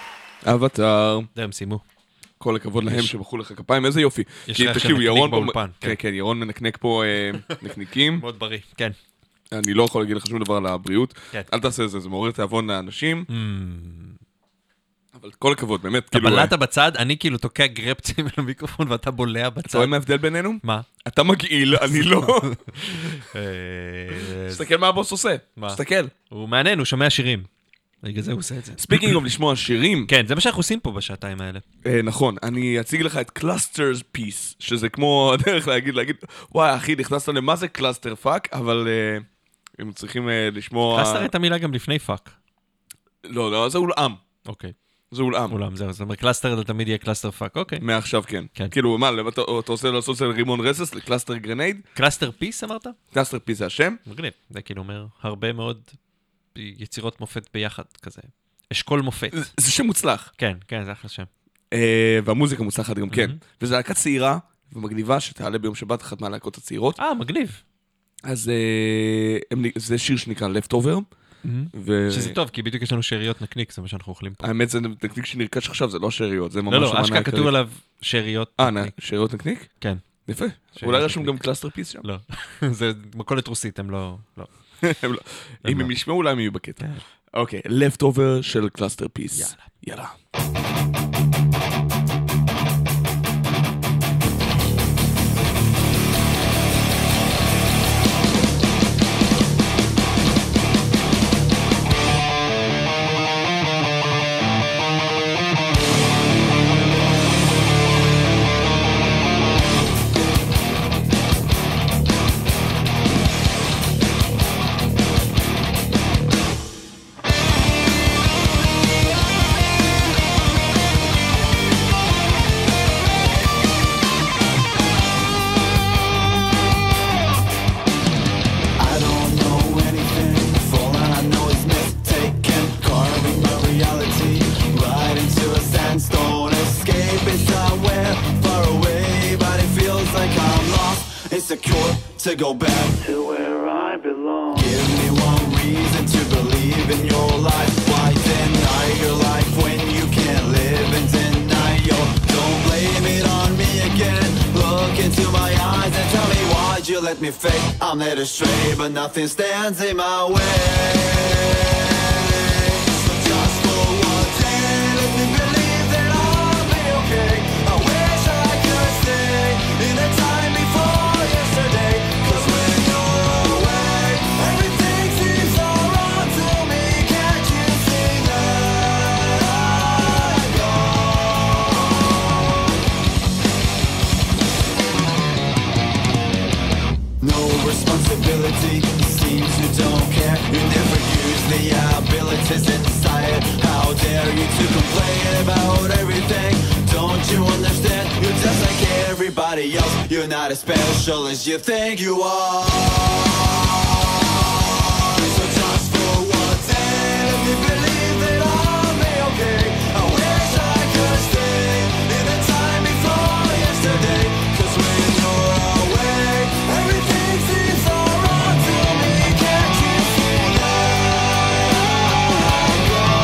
אבטאר. זה, הם סיימו. כל הכבוד להם שמחאו לך כפיים, איזה יופי. יש כי ריח של תקשיבו, נקניק ירון פה- באולפן, כן, כן. כן, ירון מנקנק פה אה, נקניקים. מאוד בריא, כן. אני לא יכול להגיד לך שום דבר על הבריאות. כן. אל תעשה את זה, זה מעורר תיאבון לאנשים. Mm. אבל כל הכבוד, באמת, אתה כאילו... בלעת בצד, אני כאילו תוקע גרפצים על המיקרופון ואתה בולע אתה בצד. רואה מה ההבדל בינינו? מה? אתה מגעיל, אני לא. אה, תסתכל מה הבוס עושה. מה? תסתכל. הוא מעניין, הוא שומע שירים. בגלל זה הוא עושה את זה. ספיקינג אוף לשמוע שירים. כן, זה מה שאנחנו עושים פה בשעתיים האלה. אה, נכון, אני אציג לך את קלאסטרס פיס, שזה כמו הדרך להגיד, להגיד, וואי אחי, נכנסת למה זה קלאסטר פאק, אבל אה, הם צריכים אה, לשמוע... קלאסטר הייתה מילה גם לפני פאק. לא, לא, זה אולעם. אוקיי. זה אולעם. אולם, זהו, זאת אומרת, קלאסטר זה תמיד יהיה קלאסטר פאק, אוקיי. מעכשיו כן. כן. כאילו, מה, למה אתה אתה עושה לעשות זה רימון רסס, לקלאסטר גרנייד? קלאסטר פיס אמרת? קלאסטר פיס זה השם? מגניב. זה כאילו אומר הרבה מאוד יצירות מופת ביחד, כזה. אשכול מופת. זה- זה שם מוצלח. כן, כן, זה אחלה שם. אה, והמוזיקה מוצלחת גם כן. Mhm. וזו להקה צעירה ומגניבה שתעלה ביום שבת, אחת מהלהקות הצעירות. אה, מגניב. אז אה, הם- זה שיר שנקרא Leftover, ו- שזה טוב, כי בדיוק יש לנו שאריות נקניק, זה מה שאנחנו אוכלים פה. האמת זה נקניק שנרכש עכשיו, זה לא שאריות, זה ממש... לא, לא, המנה אשכרה העיקרית. כתוב עליו שאריות אה, נקניק. שאריות נקניק? כן. יפה. שאריות אולי רשום נקניק. גם קלאסטר פיס שם. לא. זה מכולת רוסית, הם לא... לא. הם לא- אם לא. הם ישמעו, אולי הם יהיו בקטע. כן. אוקיי, לפטובר של קלאסטר פיס. יאללה. יאללה. I don't know anything. Falling, I know it's mistaken. Carving my reality right into a sandstone. Escape is somewhere far away, but it feels like I'm lost. Insecure to go back to where I belong. Give me one reason to believe in your life. Why deny your life when you can't live in denial? Don't blame it on me again. Look into my eyes and tell me why'd you let me fade? I'm led astray, but nothing stands in my way. So just for one day, let me believe that I'll be okay. I wish I could stay in the time before yesterday. 'Cause when you're away, everything seems so wrong to me. Can't you see that I'm gone? No responsibility, seems you don't care. You never use the abilities inside. How dare you to complain about everything? Don't you understand? You're just like everybody else. You're not as special as you think you are. So just for one day, let me believe that I'll be okay. I wish I could stay in the time before yesterday. 'Cause when you're away, everything seems so wrong to me. Can't you see that I'm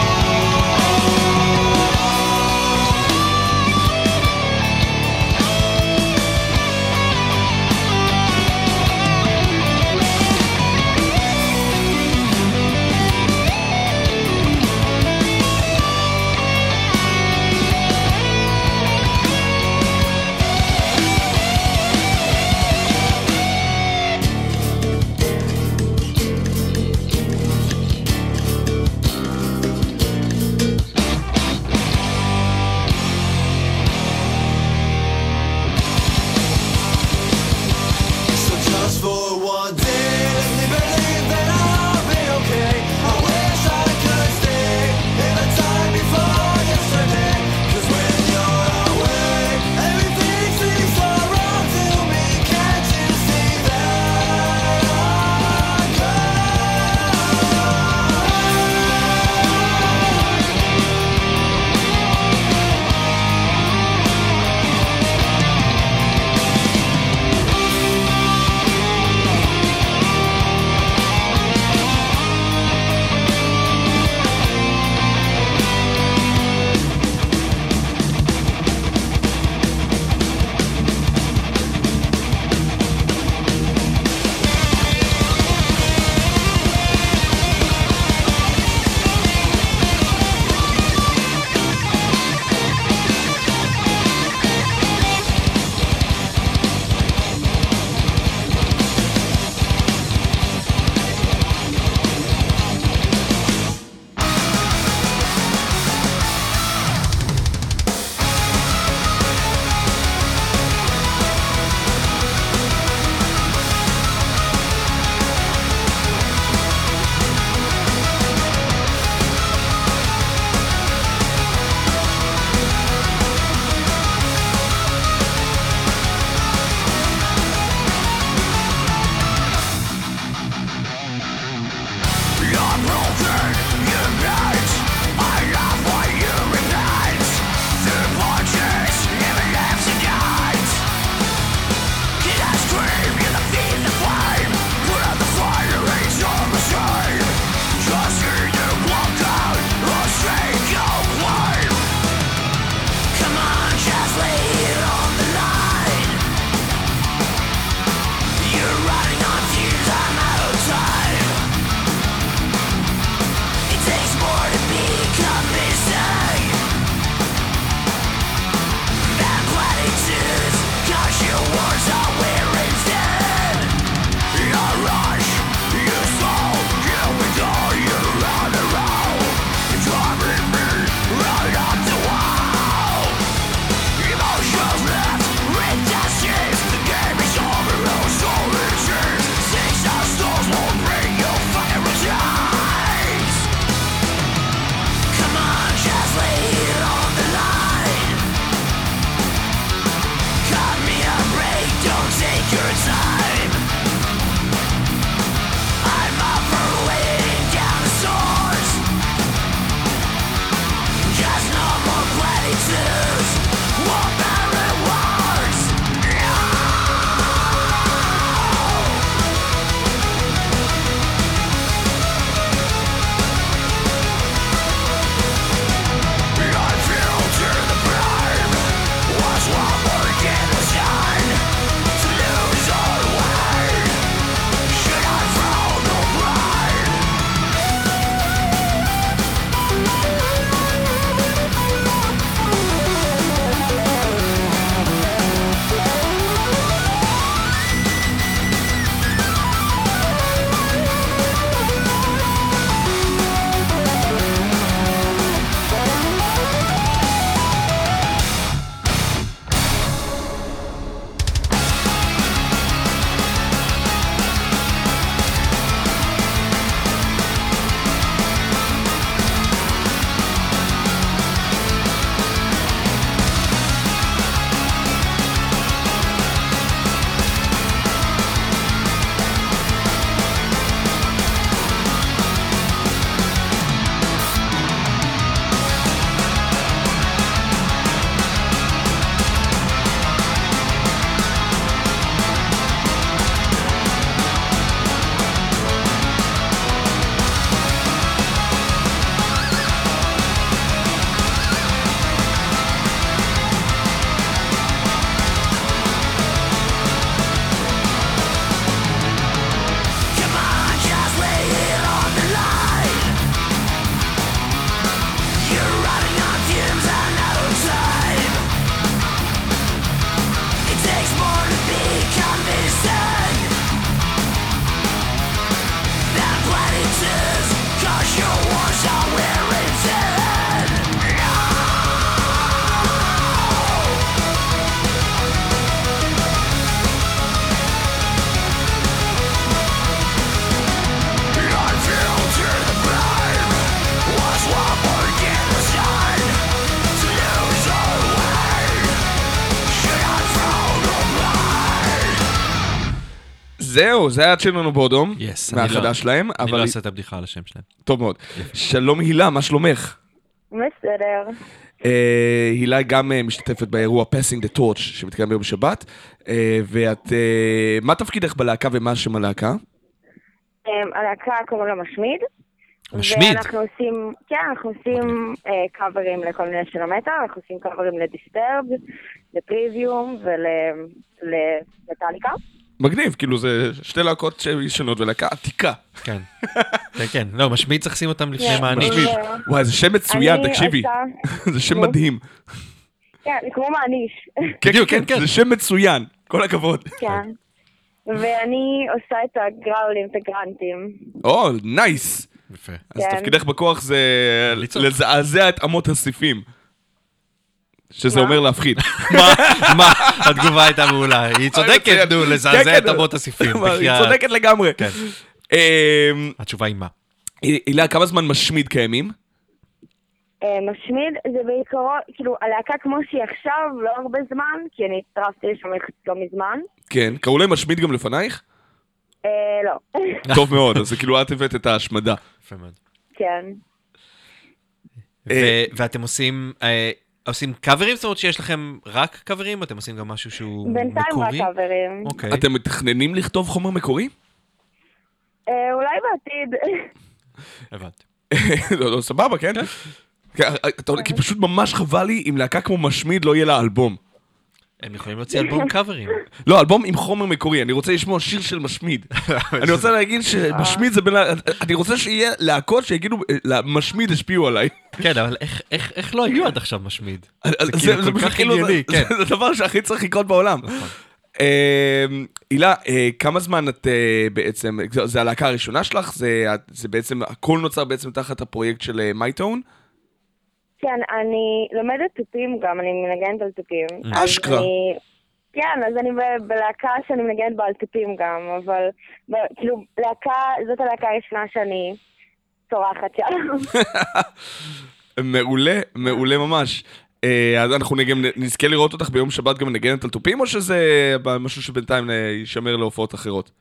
So just for one day, let me believe that I'll be okay. I wish I could stay in the time before yesterday. 'Cause when you're away, everything seems so wrong to me. Can't you see that I'm gone? זהו, זה היה צ'ילדרן בודום, Yes, אני מהחדש לא- שלהם, אני אבל לא אעשה את הבדיחה על השם שלהם. טוב מאוד. שלום הילה, מה שלומך? בסדר. אה, הילה גם אה, משתתפת באירוע Passing the Torch שמתקיים ביום שבת, אה, ואת, אה, מה תפקידך בלהקה ומה שם הלהקה? אמ, הלהקה קוראים לה משמיד. משמיד? ואנחנו עושים, כן, אנחנו עושים אה, קאברים לכל מיני של המטה, אנחנו עושים קאברים לדיסטרב, לפריביום ולמטאליקה. מגניב, כאילו זה שתי להקות ישנות ולהקה עתיקה. כן. כן, כן. לא, משמיד צריך לשים אותם לפני כן, מעניש. משמיד. ו- וואי, זה שם מצוין, אני תקשיבי. עושה- זה שם נו. מדהים. כן, כמו מעניש. כן, בדיוק, כן, כן, כן. זה שם מצוין. כל הכבוד. כן. ואני עושה את הגראולים, את הגרנטים. או, נייס. יפה. אז כן. תפקידך בכוח זה לצעוק. לזעזע את אמות הסיפים. שזה מה? אומר להפחיד. מה, מה, התגובה הייתה מעולה. היא צודקת, מצוין. נו, כן, לזעזע כן. את אמות הסיפים. היא בחייאת. צודקת לגמרי. כן. אמ, התשובה היא מה? הילה, כמה זמן משמיד קיימים? אה, משמיד זה בעיקרון, כאילו, הלהקה כמו שהיא עכשיו, לא הרבה זמן, כי אני הצטרפתי לשם יחסית לא מזמן. כן. קראו להם משמיד גם לפנייך? אה, לא. טוב מאוד, אז זה כאילו את הבאת את ההשמדה. יפה מאוד. כן. ו- ואתם עושים... אה, עושים קאברים? זאת אומרת שיש לכם רק קאברים? אתם עושים גם משהו שהוא בינתיים רק מקורי? קאברים. אוקיי. אתם מתכננים לכתוב חומר מקורי? אה, אולי בעתיד. הבנתי. לא, לא, סבבה, כן? כן, אתה יודע, כי פשוט ממש חבל לי אם להקה כמו משמיד לא יהיה לה אלבום. הם יכולים להוציא אלבום קאברים. לא, אלבום עם חומר מקורי, אני רוצה לשמוע שיר של משמיד. אני רוצה להגיד שמשמיד זה בין... ה- אני רוצה שיהיה להקות שיגידו, משמיד השפיעו עליי. כן, אבל איך- איך איך לא היו עד עכשיו משמיד? זה כאילו זה כל פשוט כך כאילו, הגיוני, זה- כן. זה הדבר שהכי צריך לקרות בעולם. אה, הילה, אה, כמה זמן את אה, בעצם, זה- זה הלהקה הראשונה שלך? זה זה בעצם, הכל נוצר בעצם תחת הפרויקט של מייטון? כן, אני לומדת תופים גם, אני מנגנת על תופים. אז אשכרה. אני- כן, אז אני ב- בלהקה שאני מנגנת בה על תופים גם, אבל ב- כאילו, להקה, זאת הלהקה הראשונה שאני צורחת שם. מעולה, מעולה ממש. אה, אז אנחנו נגם, נזכה לראות אותך ביום שבת גם מנגנת על תופים, או שזה משהו שבינתיים אה, יישמר להופעות אחרות?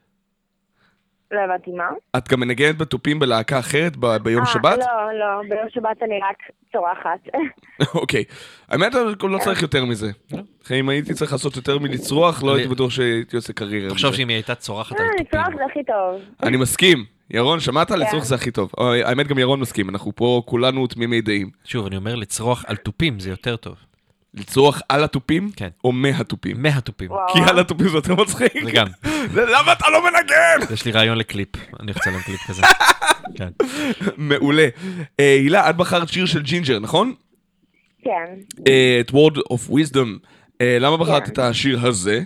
לא הבנתי מה. את גם מנגנת בתופים בלהקה אחרת ב- ביום אה, שבת? לא, לא, ביום שבת אני רק צורחת. אוקיי. האמת, לא צריך יותר מזה. אם הייתי צריך לעשות יותר מלצרוח, לא הייתי בטוח שהייתי עושה קריירה. תחשוב מזה. שאם היא הייתה צורחת אה, על תופים. לצרוח זה הכי טוב. אני מסכים. ירון, שמעת? לצרוח זה הכי טוב. אה, האמת, גם ירון מסכים. אנחנו פה כולנו תמימי דעים. שוב, אני אומר לצרוח על תופים זה יותר טוב. לצרוח על התופים? כן. או מהתופים? מהתופים. וואו. כי על התופים זה יותר מצחיק. זה גם. זה למה אתה לא מנגן? יש לי רעיון לקליפ. אני רוצה להם קליפ כזה. כן. מעולה. אה, הילה, את בחרת שיר של ג'ינג'ר, נכון? כן. אה, את Word of Wisdom. אה, למה בחרת כן. את השיר הזה?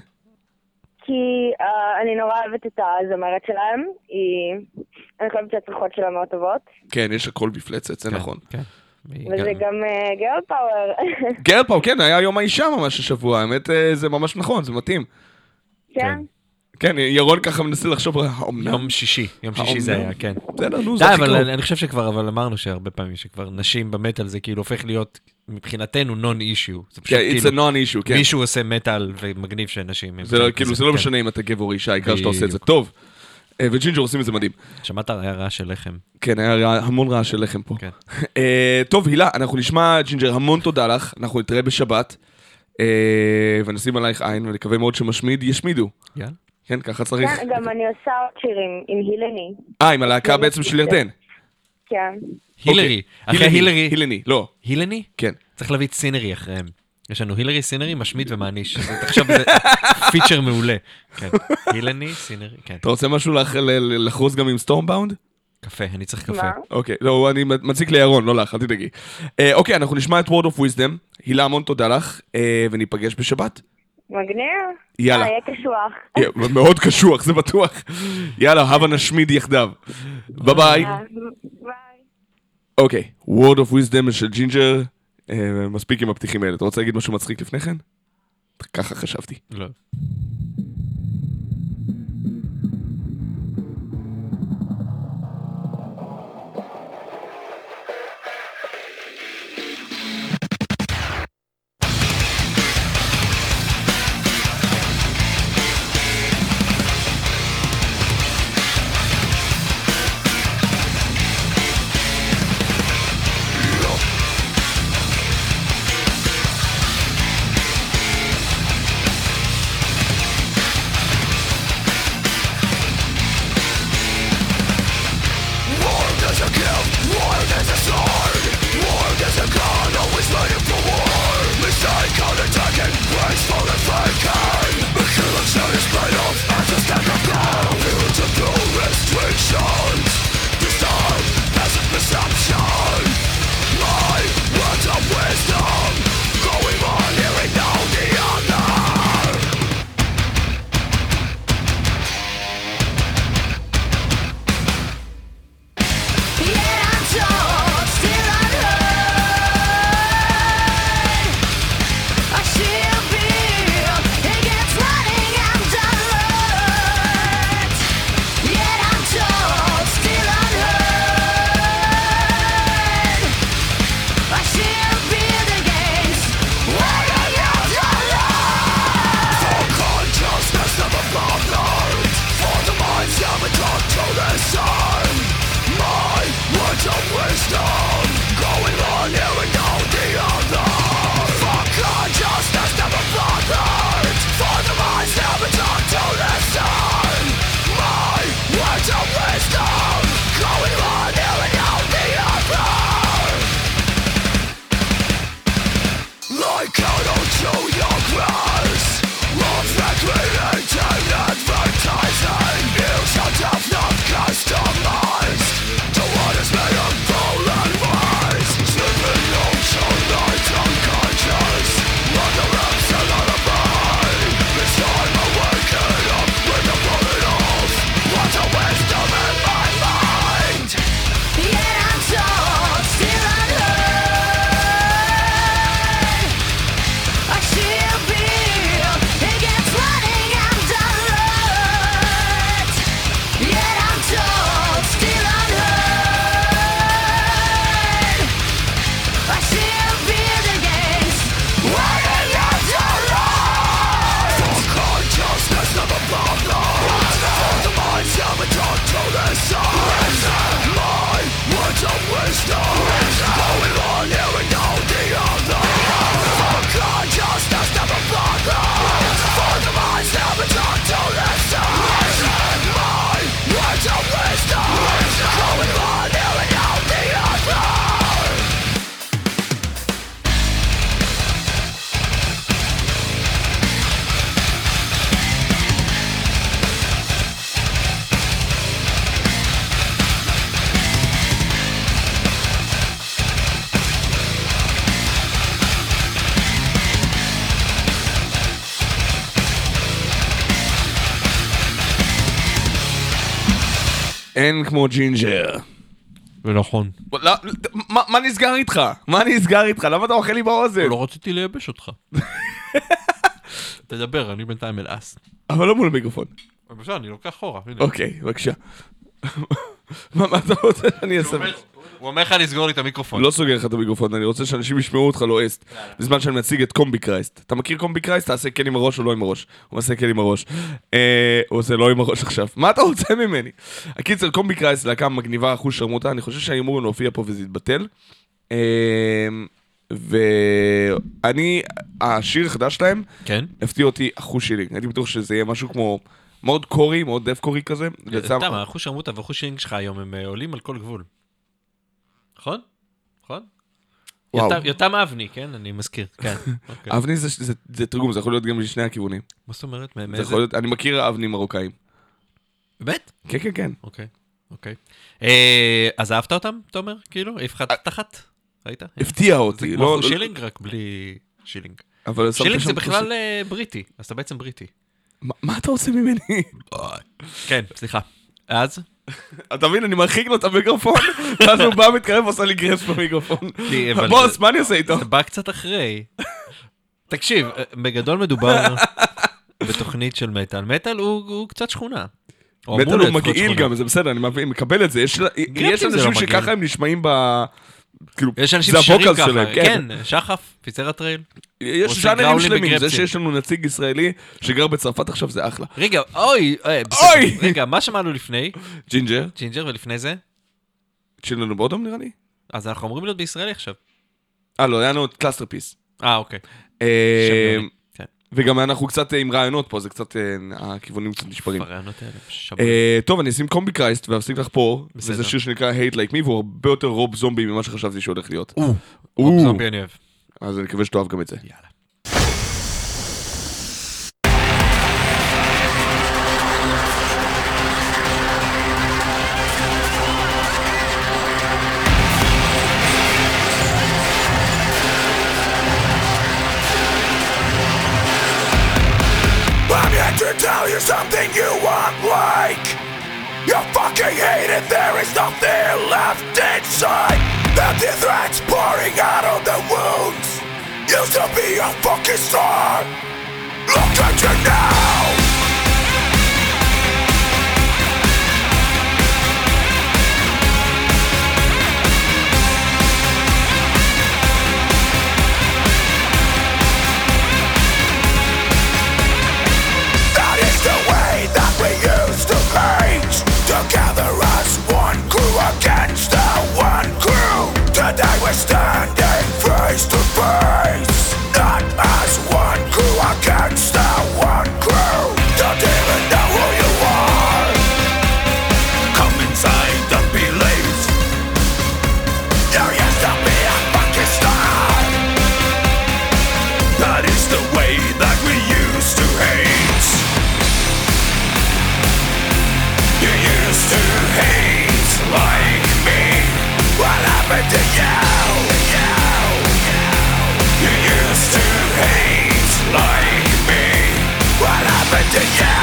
כי אה, אני נורא אוהבת את הזמרת שלהם, היא... אני חושבת שהצריכות שלה מאוד טובות, כן, יש הכל מפלצת, זה כן, נכון. כן. והיא וזה גם גרל פאוור. גרל פאו, כן, היה יום האישה ממש השבוע, האמת אה, זה ממש נכון, זה מתאים. כן. כן, ירון ככה מנסה לחשוב, האומנם? יום שישי. יום שישי זה האומנם? היה, כן. בסדר, נו, זה די, הכי אבל קרוב. אני אני חושב שכבר, אבל אמרנו שהרבה פעמים שכבר נשים במטאל זה כאילו הופך להיות מבחינתנו נון אישיו. זה פשוט כן, it's a כאילו non-issue, כן. מישהו עושה מטאל ומגניב שנשים. הם זה לא- כזה, כאילו, זה לא כן. משנה אם אתה גבר או אישה, העיקר שאתה עושה את זה בדיוק. טוב. אה, וג'ינג'ר עושים את זה מדהים. שמעת הערה של לחם. כן, היה רע- המון רעש של לחם פה. כן. אה, טוב, הילה, אנחנו נשמע ג'ינג'ר, המון תודה לך, אנחנו נתראה בשבת, אה, ונשים עלייך עין, ונקווה מאוד שמשמיד ישמידו. יאללה. כן, ככה צריך. כן, גם אני עושה עוד שירים עם הילני. אה, עם הלהקה בעצם של ירדן. כן. הילרי. אחרי הילני, הילרי. הילני, לא, הילני? כן. צריך להביא את סינרי אחריהם. יש לנו הילרי, סינרי, משמיד ומעניש. זה- תחשוב, זה פיצ'ר מעולה. כן. הילני, סינרי, כן. אתה רוצה משהו לח- ל- ל- לחרוז גם עם סטורמבאונד? קפה, אני צריך קפה. מה? אוקיי, לא, אני מציק לירון, לא לך, אל תדאגי. אה, אוקיי, אנחנו נשמע את Word of Wisdom. הילה, המון תודה לך, אה, וניפגש בשבת. מגניב? יאללה. אה, יהיה קשוח. אה, מאוד קשוח, זה בטוח. יאללה, הבה נשמיד יחדיו. ביי ביי. אה, ביי. אוקיי, Word of Wisdom של ג'ינג'ר. אה, מספיק עם הפתיחים האלה. אתה רוצה להגיד משהו מצחיק לפני כן? ככה חשבתי. לא. אין כמו ג'ינג'ר. ונכון. לא, מה מה נסגר איתך? מה נסגר איתך? למה אתה אוכל לי באוזן? לא רציתי לייבש אותך. תדבר, אני בינתיים אלעס. אבל לא מול המיקרופון. בבקשה, אני לוקח אחורה. אוקיי, בבקשה. מה מה אתה רוצה שאני אעשה? הוא אומר לך לסגור לי את המיקרופון. לא סוגר לך את המיקרופון, אני רוצה שאנשים ישמעו אותך לא אסט. בזמן שאני מציג את קומבי קרייסט. אתה מכיר קומבי קרייסט? תעשה כן עם הראש או לא עם הראש. הוא עושה כן עם הראש. הוא עושה לא עם הראש עכשיו. מה אתה רוצה ממני? הקיצר, קומבי קרייסט, להקה מגניבה, אחוז שרמוטה. אני חושב שאני אמור להופיע פה וזה יתבטל. ואני, השיר החדש שלהם, הפתיע אותי אחוז שילינג. הייתי בטוח שזה יהיה משהו כמו מאוד קורי, מאוד דף קורי כזה. סתם, האחוז שרמוטה ואחוז שילינג שלך היום הם עולים על כל גבול. נכון? נכון? יותם אבני, כן? אני מזכיר, כן. אבני זה תרגום, זה יכול להיות גם לשני הכיוונים. מה זאת אומרת? אני מכיר אבני מרוקאים. באמת? כן, כן, כן. אוקיי, אוקיי. אז אהבת אותם, תומר? כאילו? הפחדת תחת? ראית? הפתיע אותי. זה כמו שילינג, רק בלי שילינג. שילינג זה בכלל בריטי, אז אתה בעצם בריטי. מה אתה עושה ממני? כן, סליחה. אז? אתה מבין, אני מרחיק לו את המיקרופון, ואז הוא בא, מתקרב ועושה לי גרס במיקרופון. בוס, מה אני עושה איתו? זה בא קצת אחרי. תקשיב, בגדול מדובר בתוכנית של מטל. מטל הוא קצת שכונה. מטל הוא מגעיל גם, זה בסדר, אני מקבל את זה. יש אנשים שככה הם נשמעים ב... יש אנשים ששרים ככה, כן, שחף, פיצר הטרייל. יש ז'אנרים שלמים, זה שיש לנו נציג ישראלי שגר בצרפת עכשיו זה אחלה. רגע, אוי, אוי, רגע, מה שמענו לפני? ג'ינג'ר. ג'ינג'ר, ולפני זה? צ'ילנו בוטום נראה לי. אז אנחנו אמורים להיות בישראלי עכשיו. אה, לא, היה לנו את קלאסטרפיס. אה, אוקיי. וגם אנחנו קצת עם רעיונות פה, זה קצת, הכיוונים קצת נשברים. הרעיונות האלה, טוב, אני אשים קומבי קרייסט ואפסיק לך פה, וזה שיר שנקרא Hate Like Me, והוא הרבה יותר רוב זומבי ממה שחשבתי שהולך להיות. רוב זומבי אני אוהב. אז אני מקווה שתאהב גם את זה. יאללה. To tell you something you won't like. You fucking hate it, there is nothing left inside. Empty threats pouring out of the wounds. Used to be a fucking star. Look at you now. Together as one crew against the one crew. Today we're standing face to face. Not as one crew against the one crew. Don't even know who you are. Come inside, don't be late. There used to be a fucking star. That is the way that we used to hate. You used to hate like me. What happened to you? You used to hate like me. What happened to you?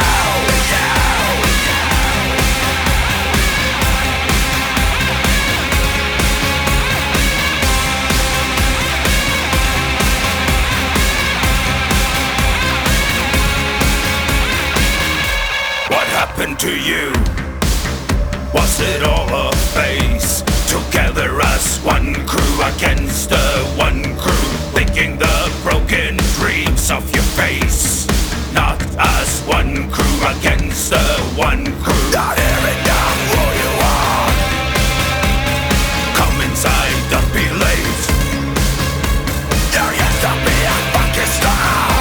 What happened to you? Was it all a phase? Together as one crew against the one crew, thinking the broken dreams of your face. Not as one crew against the one crew. Not even know who you are. Come inside, don't be late. There used to be a fucking star.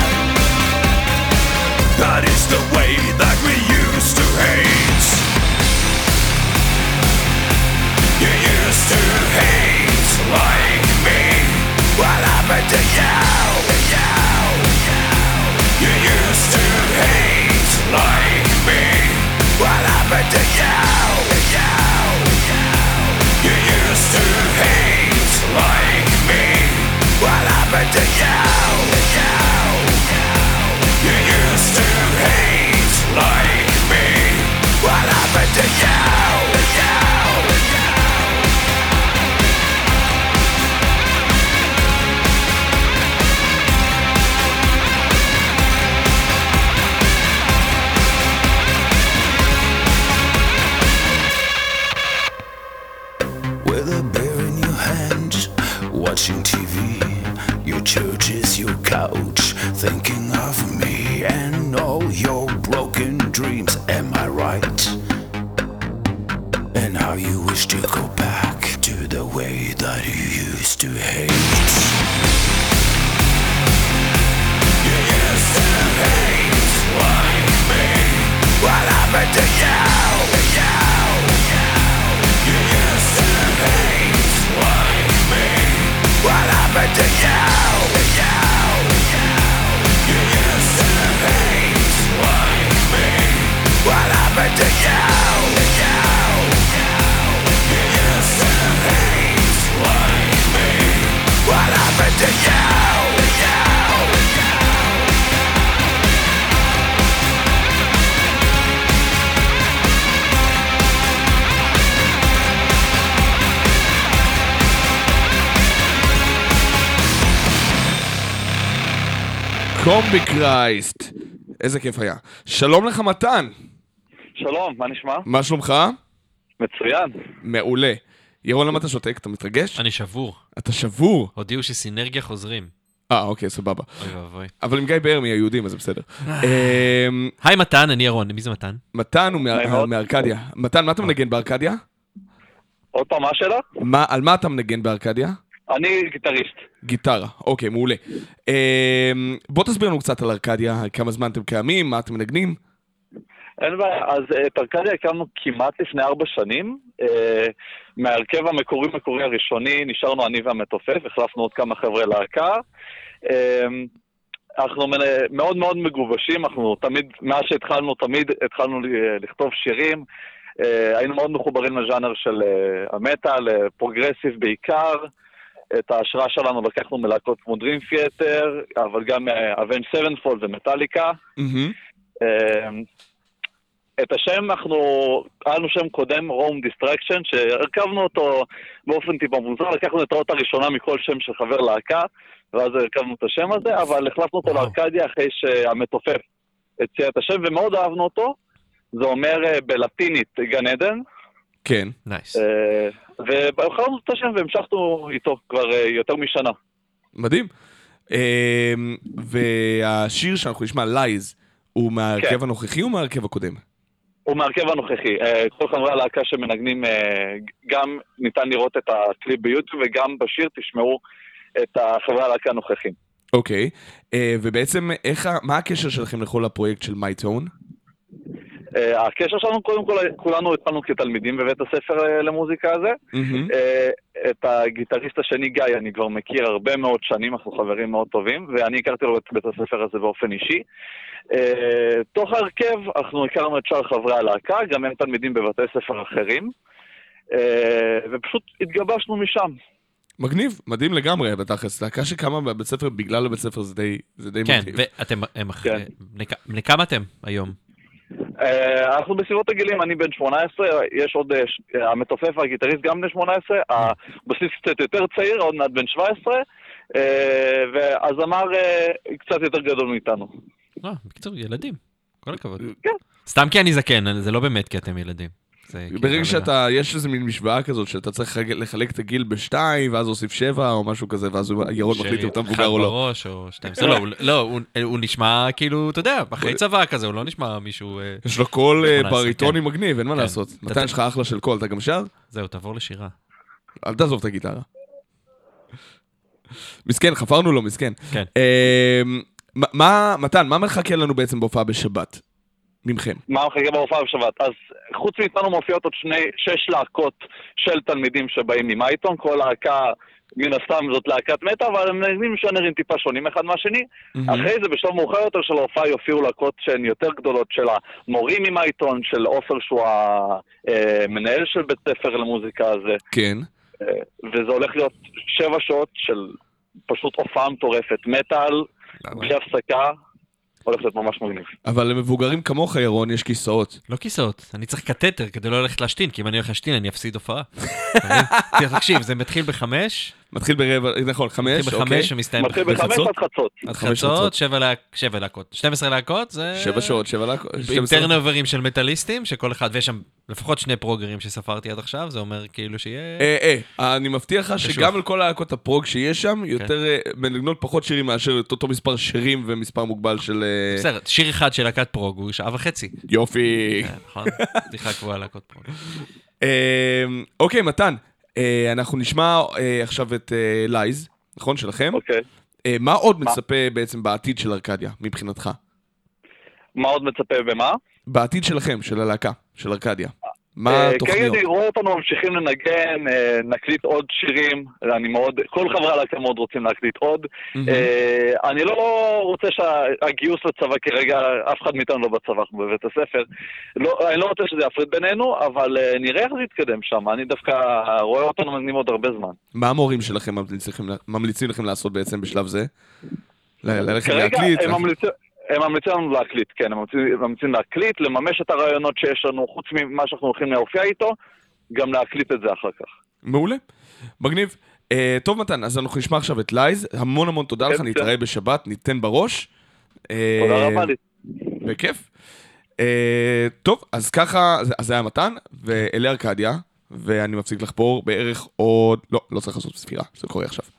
That is the way that we used to hate. You used to hate like me. What happened to you? You used to hate like me. What happened to you? You used to hate like me. What happened to you? You used to hate like me. What happened to you? I write, and how you wish to go back to the way that you used to hate. You used to hate like me. What happened to you? You used to hate like me. What happened to you? You used to hate like me. What happened to you? You used to hate like me. What happened to you? קומבי קרייסט, איזה כיף היה. שלום לך מתן. שלום, מה נשמע? מה שלומך? מצוין. מעולה. ירון, למה אתה שותק? אתה מתרגש? אני שבור. אתה שבור? הודיעו שסינרגיה חוזרים. אה, אוקיי, סבבה. אוי ואבוי. אבל עם גיא באר מהיהודים, אז זה בסדר. היי מתן, אני ירון, מי זה מתן? מתן הוא מארקדיה. מתן, מה אתה מנגן בארקדיה? עוד פעם, מה השאלה? על מה אתה מנגן בארקדיה? אני גיטריסט. גיטרה, אוקיי, מעולה. בוא תסביר לנו קצת על ארקדיה, כמה זמן אתם קיימים, מה אתם מנגנים? אין בעיה, אז את ארקדיה הקמנו כמעט לפני ארבע שנים. מהרכב המקורי מקורי הראשוני נשארנו אני והמתופף, החלפנו עוד כמה חברי להקה. אנחנו מאוד מאוד מגובשים, אנחנו תמיד, מאז שהתחלנו, תמיד התחלנו לכתוב שירים. היינו מאוד מחוברים לז'אנר של המטאל, פרוגרסיב בעיקר. את ההשראה שלנו לקחנו מלהקות כמו Dream Theater, אבל גם Avenged Sevenfold ומטאליקה. את השם אנחנו, היה לנו שם קודם, Rome Distraction, שהרכבנו אותו באופן טיפה מוזר, לקחנו את האות הראשונה מכל שם של חבר להקה, ואז הרכבנו את השם הזה, אבל החלפנו אותו לארקדיה אחרי שהמתופף הציע את השם, ומאוד אהבנו אותו. זה אומר בלטינית גן עדן. כן. נייס. ובחרנו את השם והמשכנו איתו כבר יותר משנה. מדהים. והשיר שאנחנו נשמע, לייז, הוא מהרכב הנוכחי או מהרכב הקודם? הוא מהרכב הנוכחי. כל חברי הלהקה שמנגנים, גם ניתן לראות את הקליפ ביוטיוב, וגם בשיר תשמעו את החברי הלהקה הנוכחים. אוקיי. ובעצם, מה הקשר שלכם לכל הפרויקט של מייטון? הקשר שלנו, קודם כל, כולנו התחלנו כתלמידים בבית הספר למוזיקה הזה. את הגיטריסט השני, גיא, אני כבר מכיר הרבה מאוד שנים, אנחנו חברים מאוד טובים, ואני הכרתי לו את בית הספר הזה באופן אישי. תוך הרכב, אנחנו הכרנו את שאר חברי הלהקה, גם הם תלמידים בבתי ספר אחרים, ופשוט התגבשנו משם. מגניב, מדהים לגמרי, בתכלס. להקה שקמה בבית ספר בגלל הבית ספר זה די מגניב. כן, ואתם, בני כמה אתם היום? אנחנו בסביבות הגילים, אני בן שמונה עשרה, יש עוד, המתופף והגיטריסט גם בן שמונה עשרה, הבסיס קצת יותר צעיר, עוד מעט בן שבע עשרה, והזמר קצת יותר גדול מאיתנו. אה, בקיצור, ילדים, כל הכבוד. כן. סתם כי אני זקן, זה לא באמת כי אתם ילדים. ברגע שאתה, יש איזה מין משוואה כזאת, שאתה צריך לחלק את הגיל בשתיים, ואז להוסיף שבע או משהו כזה, ואז ירון מחליט אם אתה מבוגר או לא. אחד בראש או שתיים. זה לא, לא, הוא נשמע כאילו, אתה יודע, אחרי צבא כזה, הוא לא נשמע מישהו... יש לו קול בריטוני מגניב, אין מה לעשות. מתן יש לך אחלה של קול, אתה גם שר? זהו, תעבור לשירה. אל תעזוב את הגיטרה. מסכן, חפרנו לו, מסכן. כן. מתן, מה מחכה לנו בעצם בהופעה בשבת? ממכם. מה מחכה בהופעה בשבת? אז חוץ מאיתנו מופיעות עוד שני, שש להקות של תלמידים שבאים ממייטון, כל להקה, מן הסתם זאת להקת מטה, אבל הם נגנים ז'אנרים טיפה שונים אחד מהשני. Mm-hmm. אחרי זה בשלב מאוחר יותר של ההופעה יופיעו להקות שהן יותר גדולות של המורים ממייטון, של אופר שהוא המנהל של בית ספר למוזיקה הזה. כן. וזה הולך להיות שבע שעות של פשוט הופעה מטורפת, מטל, בלי הפסקה. הולך להיות ממש מגניב. אבל למבוגרים כמוך, ירון, יש כיסאות. לא כיסאות, אני צריך קטטר כדי לא ללכת להשתין, כי אם אני הולך להשתין, אני אפסיד הופעה. תקשיב, זה מתחיל בחמש, מתחיל ברבע, נכון, חמש, מתחיל בחמש ומסתיים מתחיל בחמש עד חצות. עד חצות, שבע להק- שבע להקות. שתים עשרה להקות זה... שבע שעות, שבע להקות. עם טרנוברים של מטאליסטים, שכל אחד, ויש שם לפחות שני פרוגרים שספרתי עד עכשיו, זה אומר כאילו שיהיה... אה, אה, אני מבטיח לך שגם על כל הלהקות הפרוג שיש שם, יותר מנגנות פחות שירים מאשר את אותו מספר שירים ומספר מוגבל של... בסדר, שיר אחד של להקת פרוג הוא שעה וחצי. יופי. נכון, בדיחה קבועה להקות פרוג. אוקיי, מתן, אנחנו נשמע עכשיו את לייז, נכון, שלכם? אוקיי. מה עוד מצפה בעצם בעתיד של ארקדיה, מבחינתך? מה עוד מצפה במה? בעתיד שלכם, של הלהקה, של ארקדיה. מה התוכניות? כרגע רואה אותנו ממשיכים לנגן, נקליט עוד שירים, אני מאוד, כל חברי הלהקה מאוד רוצים להקליט עוד. אני לא רוצה שהגיוס לצבא כרגע, אף אחד מאיתנו לא בצבא בבית הספר, אני לא רוצה שזה יפריד בינינו, אבל נראה איך זה יתקדם שם, אני דווקא רואה אותנו מנגנים עוד הרבה זמן. מה המורים שלכם ממליצים לכם לעשות בעצם בשלב זה? ללכת להקליט? הם ממליצים לנו להקליט, כן, הם ממליצים להקליט, לממש את הרעיונות שיש לנו, חוץ ממה שאנחנו הולכים להופיע איתו, גם להקליט את זה אחר כך. מעולה, מגניב. טוב מתן, אז אנחנו נשמע עכשיו את לייז, המון המון תודה לך, נתראה בשבת, ניתן בראש. תודה רבה לי. בכיף. טוב, אז ככה, אז זה היה מתן, ואלי ארקדיה, ואני מפסיק לחפור בערך עוד, לא, לא צריך לעשות ספירה, זה קורה עכשיו.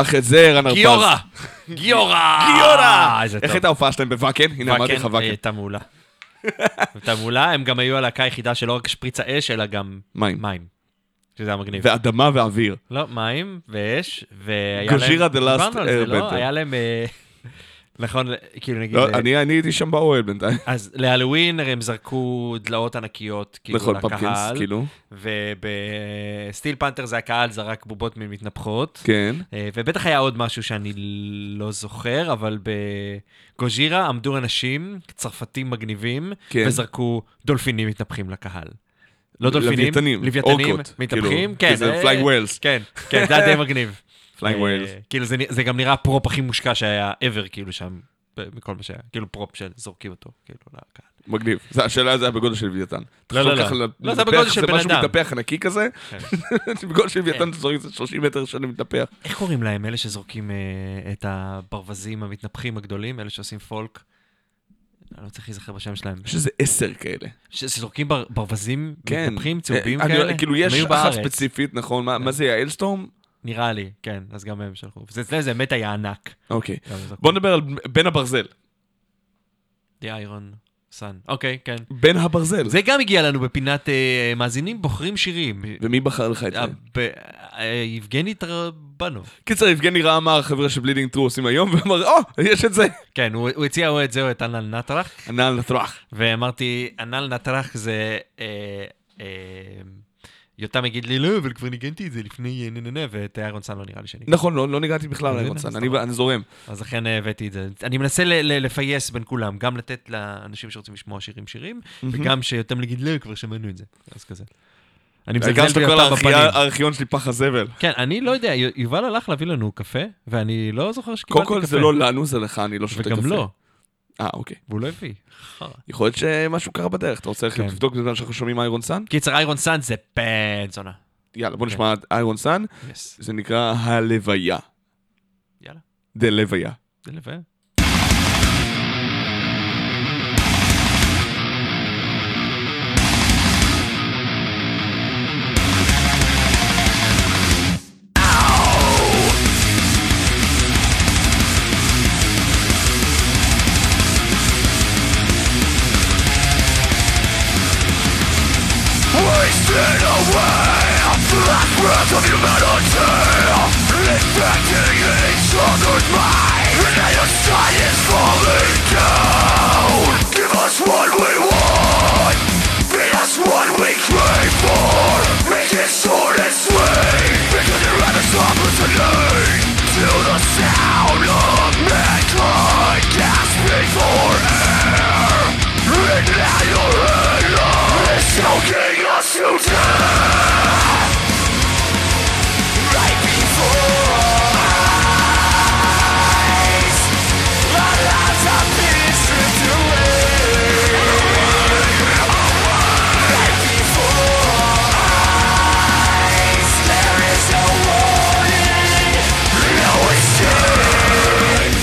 אחרי זה רן הרפז. גיורא! גיורא! גיורא! איזה איך טוב. הייתה ההופעה שלהם בוואקן? הנה אמרתי לך וקן וואקן. הייתה מעולה. הייתה מעולה, הם גם היו הלהקה היחידה שלא רק שפריצה אש, אלא גם מים. מים. שזה היה מגניב. ואדמה ואוויר. לא, מים ואש, והיה להם... גוז'ירה The Last דיברנו על זה, לא? Airbender. היה להם... אה, נכון, כאילו נגיד... לא, אני אני הייתי שם באוהל בינתיים. אז להלווין הרי הם זרקו דלאות ענקיות, כאילו, נכון, פמפקינס, לקהל. כאילו. ובסטיל פנתר זה הקהל זרק בובות מתנפחות. כן. אה, ובטח היה עוד משהו שאני לא זוכר, אבל בגוז'ירה עמדו אנשים, צרפתים מגניבים, כן. וזרקו דולפינים מתנפחים לקהל. לא דולפינים, לוויתנים, לוויתנים, אורקות, מתנפחים, כאילו, כן. כי זה אה, flying whales. כן, כן, זה היה די מגניב. flying אה, whales. כאילו זה, זה גם נראה הפרופ הכי מושקע שהיה ever, כאילו שם, מכל מה שהיה, כאילו פרופ שזורקים אותו, כאילו, לקהל. מגניב. זה- השאלה זה היה בגודל של לוויתן. לא, תחשוב לא, לא. ככה, לא, לנפח, זה בגודל של בן משהו אדם. מתנפח ענקי כזה, בגודל של לוויתן אתה זורק את זה שלושים מטר שאני מתנפח. איך קוראים להם, אלה שזורקים אה, את הברווזים המתנפחים הגדולים, אלה שעושים פולק? אני לא צריך להיזכר בשם שלהם. יש איזה עשר כאלה. ש- שזורקים בר- ברווזים כן. מתנפחים, צהובים אה, אני- כאלה? כאילו הם יש היו אחת בארץ. ספציפית, נכון? מה- מה זה, האלסטורם? נראה לי, כן, אז גם הם שלחו. וזה אצלנו זה באמת היה ענק. אוקיי. גם זרקו. בוא נדבר על בן הברזל. The Iron Sun. אוקיי, כן. בן הברזל. זה גם הגיע לנו בפינת אה, מאזינים בוחרים שירים. ומי בחר לך את זה? אה, ב- אה, יבגני טרבנו. קיצר, יבגני ראה מה החבר'ה של בלידינג טרו עושים היום, ואמר, או, יש את זה. כן, הוא הוא הציע או את זה או את אנל נטרח, ענן לטרח. ואמרתי, אנל נטרח זה... אה, אה, יותם יגיד לי, לא, אבל כבר ניגנתי את זה לפני נננה, ואת איירון סן לא נראה לי שאני. נכון, לא לא ניגעתי בכלל אז לאיירון הנה, סן, אז אני אתה אני זורם. אז לכן אה, הבאתי את זה. אני מנסה ל- ל- לפייס בין כולם, גם לתת לאנשים שרוצים לשמוע שירים שירים, וגם שיותם להגיד, לא, כבר שמענו את זה. אז כזה. אני העיקר מזלזל שאתה קורא ביותם בפנים. לארכיון שלי פח הזבל. כן, אני לא יודע, י- יובל הלך להביא לנו קפה, ואני לא זוכר קודם שקיבלתי קפה. כל זה לא לנו, זה לך, אני לא שותה קפה. וגם לא, אה, אוקיי. והוא לא הביא. חרא. יכול להיות שמשהו קרה בדרך, אתה רוצה כן. לבדוק בזמן שאנחנו שומעים איירון סן? קיצר, איירון סאן זה בן זונה. יאללה, בוא נשמע את איירון סן, יס. זה נקרא הלוויה. יאללה, דה לוויה. זה לבאר. Wasted away the last breath of humanity, infecting each other's mind. And your sky is falling down. Give us what we want, feed us what we crave for. Make it short and sweet, because you'd rather stop listening to the sound of mankind gasping for air. And now your head is choking us to death. Right before eyes, our lives are being stripped away. Right before eyes, there is no warning, no escape.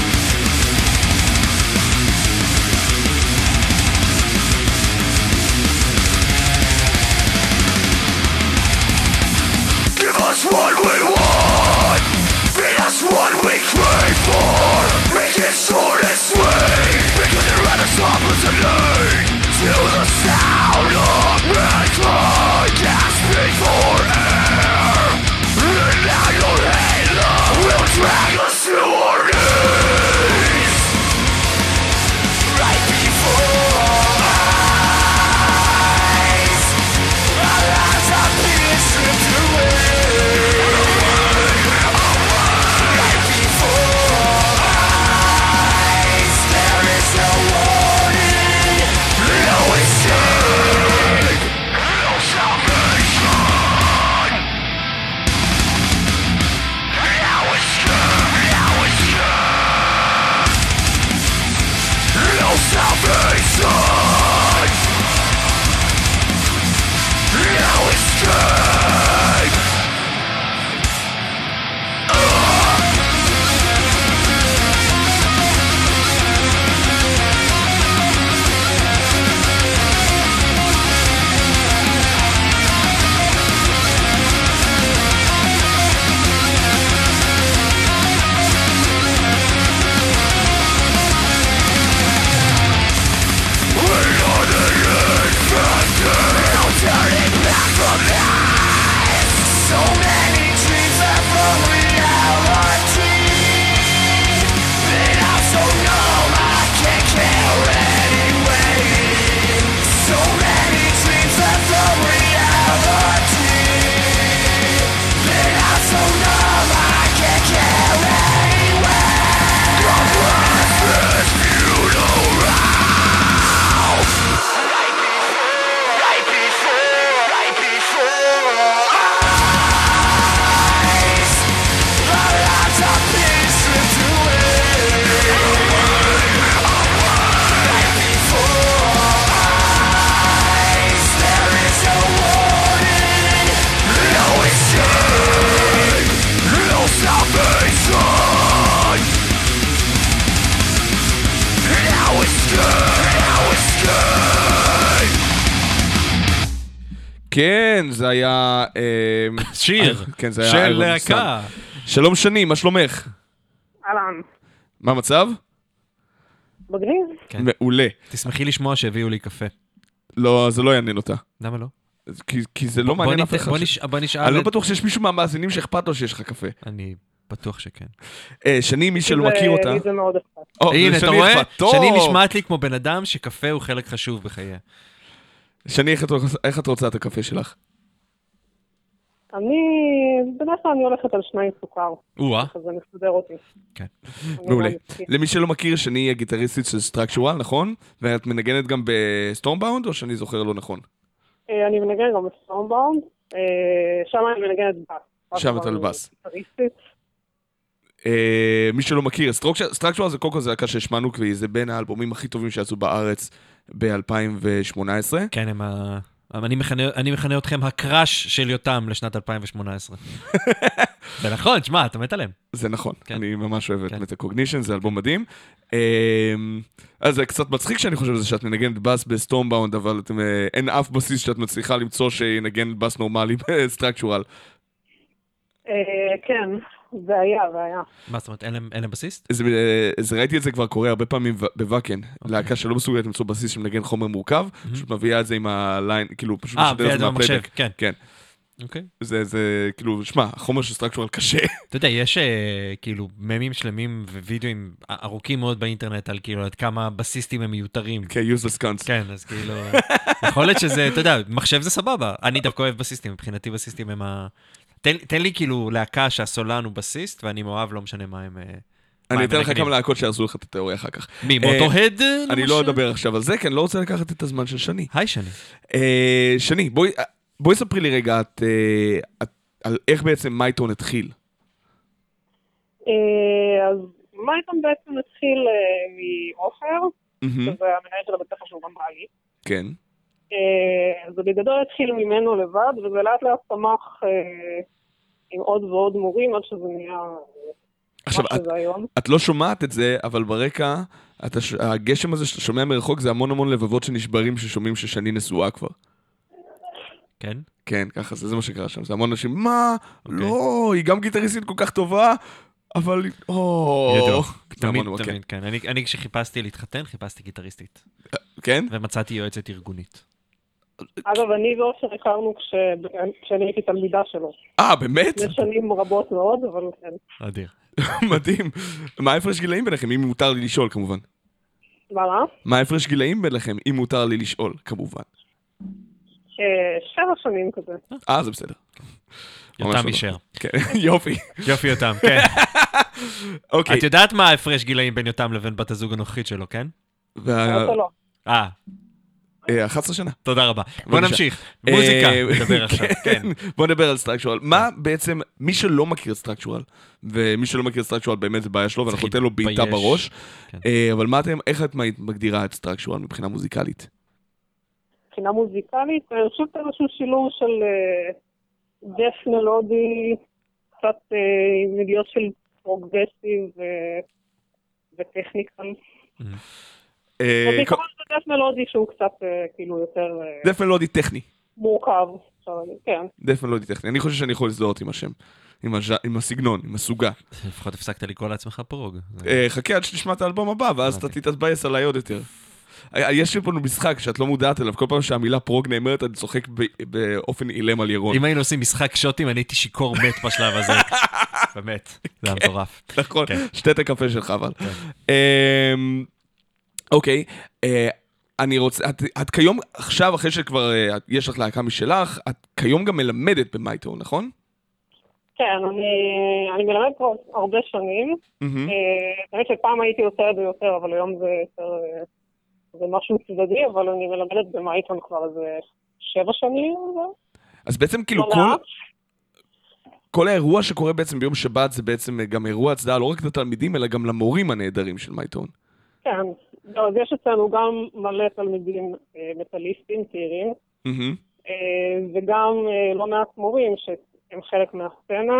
Give us what we want, feed us what we crave for. Make it short and sweet, because you'd rather stop listening to the sound of mankind gasping for air. And now your halo will drag us to our knees. Right before eyes, our lives are being stripped away. Right before eyes, there is no warning, no escape, no salvation, no escape, no escape, no salvation, no escape. So many dreams left from reality, and I'm so numb I can't care anyway. So many dreams left from reality, and I'm so numb I can't care anyway. My breath is funeral. Right before, right before, right before eyes, our lives are being stripped away. Right before eyes, there is no warning, no escape, no salvation. Now escape, now escape. כן, זה היה... אה, שיר כן, זה היה של איירון להקה. שלום שני, מה שלומך? אהלן. מה המצב? מגניב? כן. מעולה. תשמחי לשמוע שהביאו לי קפה. לא, זה לא יעניין אותה. למה לא? כי, כי זה לא בוא מעניין נת- אף אחד. בוא ש- נש- בוא נשאל... אני לא את- בטוח שיש מישהו מהמאזינים שאכפת לו שיש לך קפה. אני בטוח שכן. אה, שני, מי שלא זה- מכיר אותה... לי זה מאוד אכפת. או, הנה, אתה לשני רואה? אכפת. טוב. שאני נשמעת לי כמו בן אדם שקפה הוא חלק חשוב בחייה. שני, איך את רוצ- איך את רוצה את הקפה שלך? אני, בדרך כלל אני הולכת על שניים סוכר, או-אה. אז זה מסתדר אותי. כן. אני מעולה. מאוד אסכים. למי שלא מכיר, שני היא הגיטריסטית של סטרקצ'ורל, נכון? ואת מנגנת גם בסטורמבאונד, או שאני זוכר לא נכון? אה, אני מנגנת גם בסטורמבאונד, אה, שם אני מנגנת בס. שם את על בס. גיטריסטית. אה, מי שלא מכיר, סטרקצ'ורל זה קודם כל זה להקה שהשמענו, כי זה בין האלבומים הכי טובים שיצאו בארץ ב-אלפיים שמונה עשרה. כן, הם ה... אני מכנה, אני מכנה אתכם הקראש של יותם לשנת אלפיים שמונה עשרה. זה נכון, שמע, אתה מת עליהם. זה נכון, כן. אני ממש אוהב את כן. מטה-קוגנישן, זה אלבום מדהים. אה, אז זה קצת מצחיק שאני חושב על זה שאת מנגנת בס בסטורמבאונד, אבל אתם, אה, אין אף בסיס שאת מצליחה למצוא שינגן בס נורמלי בסטרקצ'ורל. אה, כן, זה היה, זה היה. מה זאת אומרת, אין להם, אין להם בסיסט? אז, אה, אז ראיתי את זה כבר קורה הרבה פעמים ב- בוואקן, להקה שלא מסוגלת למצוא בסיס שמנגן חומר מורכב, פשוט מביאה את זה עם הליין, כאילו פשוט אה, משדר את ויד זה במחשב, מהפלייבק. כן. כן. אוקיי. זה, זה, כאילו, שמע, החומר של סטרקצ'ורל קשה. אתה יודע, יש אה, כאילו ממים שלמים ווידאוים ארוכים מאוד באינטרנט על כאילו עד כמה בסיסטים הם מיותרים. כן, useless cunts. כן, אז כאילו, יכול להיות שזה, אתה יודע, מחשב זה סבבה. אני דווקא אוהב בסיסטים, מבחינתי בסיסטים הם ה... תן, תן לי כאילו להקה שהסולן הוא בסיסט, ואני מאוהב, לא משנה מה הם... אני אתן לך כמה להקות שיעשו לך את התיאוריה אחר כך. מי, מוטוהד? אני לא אדבר עכשיו על זה, כי אני לא רוצה לקחת את הזמן של שני. היי שני. אה, שני, בואי, בואי ספרי לי רגע את, אה, את, על איך בעצם מייטון התחיל. אה, אז מייטון בעצם התחיל אה, מעופר, מהמם, שזה המנהל של הבית ספר שהוא גם בעלי. כן. אה, זה בגדול התחיל ממנו לבד, וזה לאט לאט צמח אה, עם עוד ועוד מורים, עד שזה נהיה אה, עכשיו, מה את, שזה היום. את לא שומעת את זה, אבל ברקע, אתה, ש- הגשם הזה שאתה שומע מרחוק, זה המון המון לבבות שנשברים ששומעים ששני נשואה כבר. כן? כן, ככה זה, זה מה שקרה שם. זה המון אנשים, מה? לא, היא גם גיטריסטית כל כך טובה, אבל... או... ידוע. זה המון תמיד, המון, כן. תמיד, כן. אני, אני כשחיפשתי להתחתן, חיפשתי גיטריסטית. כן? ומצאתי יועצת ארגונית. אגב, אני ואופר הכרנו כש- כשאני הייתי תלמידה שלו. אה, באמת? לפני שנים רבות מאוד, אבל כן. אדיר. מדהים. מה ההפרש גילאים ביניכם, אם מותר לי לשאול, כמובן? מה, מה? מה ההפרש גילאים ביניכם, אם מותר לי לשאול, כמובן? אה, שבע שנים כזה. אה, זה בסדר. ממש יותם לא. אישר. כן, יופי. יופי יותם, כן. אוקיי. את יודעת מה ההפרש גילאים בין יותם לבין בת הזוג הנוכחית שלו, כן? וה- אתה לא. אה, אה, אחת עשרה שנה. תודה רבה. בוא בבקשה. נמשיך. מוזיקה, אה, נדבר עכשיו, כן. בוא נדבר על סטרקצ'ורל. מה בעצם, מי שלא מכיר סטרקצ'ורל, ומי שלא מכיר סטרקצ'ורל באמת זה בעיה שלו, ואנחנו צריך ניתן לו בעיטה להתבייש. בראש. כן. אה, אבל מה אתם, איך את מגדירה את סטרקצ'ורל מבחינה מוזיקלית? מבחינה מוזיקלית, אני חושבת איזשהו שילוב של אה, דף מלודי, קצת אה, עם נגיעות של פרוגרסיב ו- וטכניקל. אה, בעיקרון זה דף מלודי שהוא קצת אה, כאילו יותר אה, דף מלודי טכני. מורכב. אפשר להגיד, כן. דף מלודי טכני. אני חושב שאני יכול להזדהות עם השם. עם הז'- עם הסגנון, עם הסוגה. לפחות הפסקת לקרוא לעצמך פרוג. אה, חכה עד שתשמע את האלבום הבא, ואז אתה הבנתי. תתבאס עליי עוד יותר. יש לי פה משחק שאת לא מודעת אליו, כל פעם שהמילה פרוג נאמרת, אני צוחק באופן אילם על ירון. אם היינו עושים משחק שוטים, אני הייתי שיקור מת בשלב הזה. באמת, זה המטורף. נכון, שתה את הקפה שלך, אבל. אוקיי, אני רוצה, את כיום, עכשיו, אחרי שכבר יש לך להקה משלך, את כיום גם מלמדת במייטון, נכון? כן, אני מלמד כבר הרבה שנים. אני חושבת שפעם הייתי עושה את זה יותר, אבל היום זה יותר... זה משהו צדדי, אבל אני מלמדת במייטון כבר איזה שבע שנים. אז בעצם כאילו כל... כל האירוע שקורה בעצם ביום שבת זה בעצם גם אירוע הצדעה, לא רק לתלמידים, אלא גם למורים הנהדרים של מייטון. כן, אז יש אצלנו גם מלא תלמידים מטליסטים, צעירים, וגם לא מעט מורים שהם חלק מהסצנה.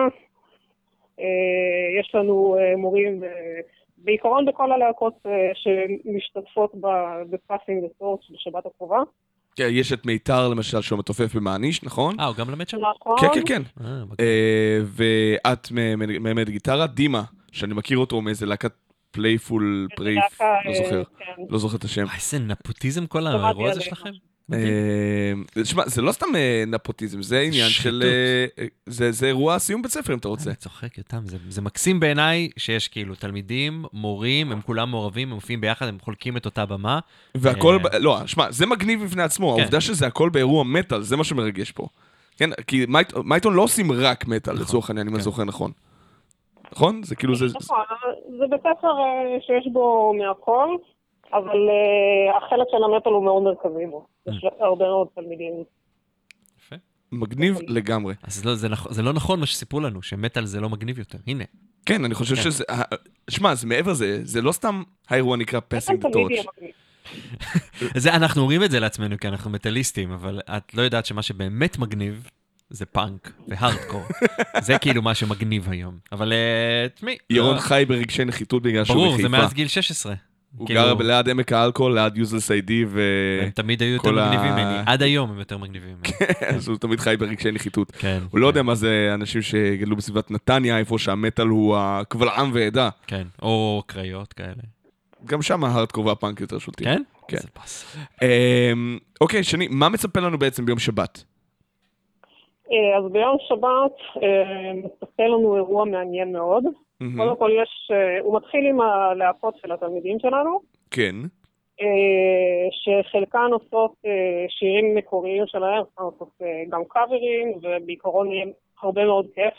יש לנו מורים... בעיקרון בכל הלהקות שמשתתפות בפאסינג וסורט בשבת הקרובה. כן, יש את מיתר למשל שהוא מתופף במעניש, נכון? אה, הוא גם למד שם? נכון. כן, כן, כן. ואת מלמדת גיטרה, דימה, שאני מכיר אותו מאיזה להקת פלייפול ברייף, לא זוכר, לא זוכר את השם. איזה נפוטיזם כל האירוע הזה שלכם? תשמע, זה לא סתם נפוטיזם, זה עניין של... זה אירוע סיום בית ספר, אם אתה רוצה. אני צוחק, יותם, זה מקסים בעיניי שיש כאילו תלמידים, מורים, הם כולם מעורבים, הם מופיעים ביחד, הם חולקים את אותה במה. והכל... לא, שמע, זה מגניב בפני עצמו, העובדה שזה הכל באירוע מטל, זה מה שמרגש פה. כן, כי מייטון לא עושים רק מטל, לצורך העניין, אם אני זוכר נכון. נכון? זה כאילו זה... נכון, זה בית ספר שיש בו מהכל. אבל uh, החלק של המטל הוא מאוד מרכזי בו. יש הרבה מאוד תלמידים. יפה. מגניב לגמרי. אז לא, זה, זה לא נכון מה שסיפרו לנו, שמטל זה לא מגניב יותר. הנה. כן, אני חושב כן. שזה... שמע, זה מעבר זה, זה לא סתם האירוע נקרא Passing the Torch. זה, אנחנו אומרים את זה לעצמנו, כי אנחנו מטליסטים, אבל את לא יודעת שמה שבאמת מגניב, זה פאנק והארדקור. זה כאילו מה שמגניב היום. אבל תמי... ירון חי ברגשי נחיתות בגלל שהוא בחיפה. ברור, זה מאז גיל שש עשרה. הוא גר ליד עמק האלכוהול, ליד יוזלס איי די, ו... הם תמיד היו יותר מגניבים ממני. עד היום הם יותר מגניבים ממני. כן, אז הוא תמיד חי ברגשי נחיתות. הוא לא יודע מה זה אנשים שגדלו בסביבת נתניה, איפה שהמטל הוא הקבל עם ועדה. כן, או קריות כאלה. גם שם ההארדקור והפאנק יותר שולטים. כן? כן. אוקיי, שני, מה מצפה לנו בעצם ביום שבת? אז ביום שבת מצפה לנו אירוע מעניין מאוד. קודם כל יש, הוא מתחיל עם הלהקות של התלמידים שלנו. כן. שחלקן עושות שירים מקוריים שלהם, עושות גם קאברים, ובעיקרון יהיה הרבה מאוד כיף.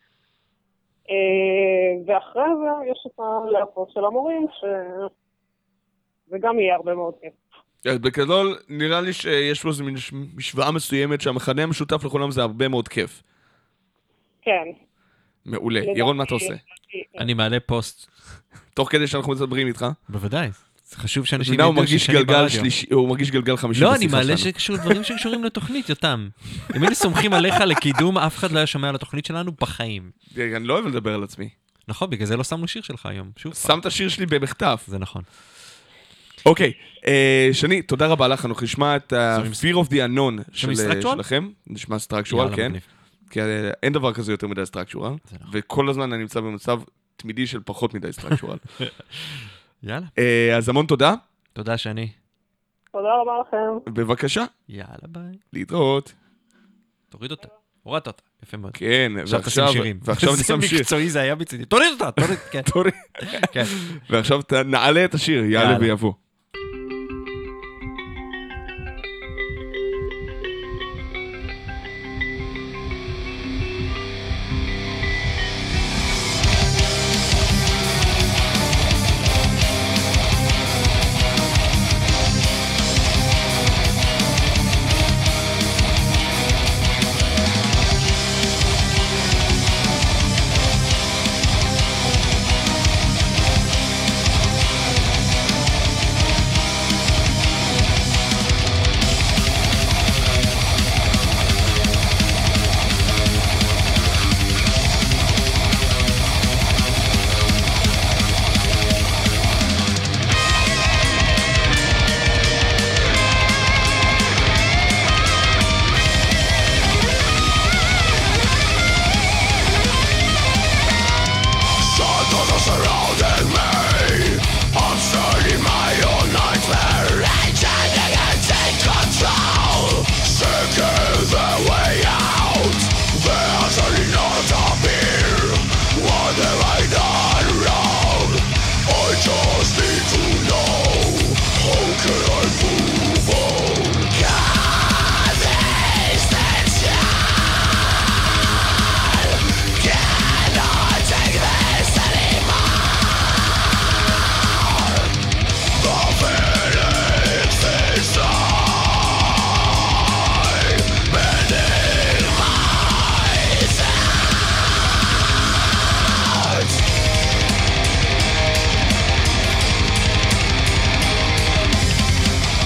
ואחרי זה יש את הלהקות של המורים, שזה גם יהיה הרבה מאוד כיף. בגדול, נראה לי שיש פה איזו משוואה מסוימת שהמכנה המשותף לכולם זה הרבה מאוד כיף. כן. מעולה. ירון, מה אתה עושה? אני מעלה פוסט. תוך כדי שאנחנו מדברים איתך? בוודאי. זה חשוב שאנשים ידעו שאני ברדיו. הוא מרגיש גלגל חמישי בשיחה שלנו. לא, אני מעלה שקשור דברים שקשורים לתוכנית, יותם. אם היינו סומכים עליך לקידום, אף אחד לא היה שומע על התוכנית שלנו בחיים. אני לא אוהב לדבר על עצמי. נכון, בגלל זה לא שמנו שיר שלך היום. שם את השיר שלי במחטף. זה נכון. אוקיי, שני, תודה רבה לך. אנחנו נשמע את ה-Fear of the Unknown שלכם. נשמע סטרקשורל, כן. כי אין דבר כזה יותר מדי סטרקשורל, וכל הזמן אני נמצא במצב תמידי של פחות מדי סטרקשורל. יאללה. אז המון תודה. תודה שאני. תודה רבה לכם. בבקשה. יאללה ביי. להתראות. תוריד אותה. הורדת אותה. יפה מאוד. כן, ועכשיו שירים. ועכשיו נשים שיר. זה מקצועי, זה היה בצדי. תוריד אותה, תוריד. תוריד. ועכשיו נעלה את השיר, יאללה ויבוא.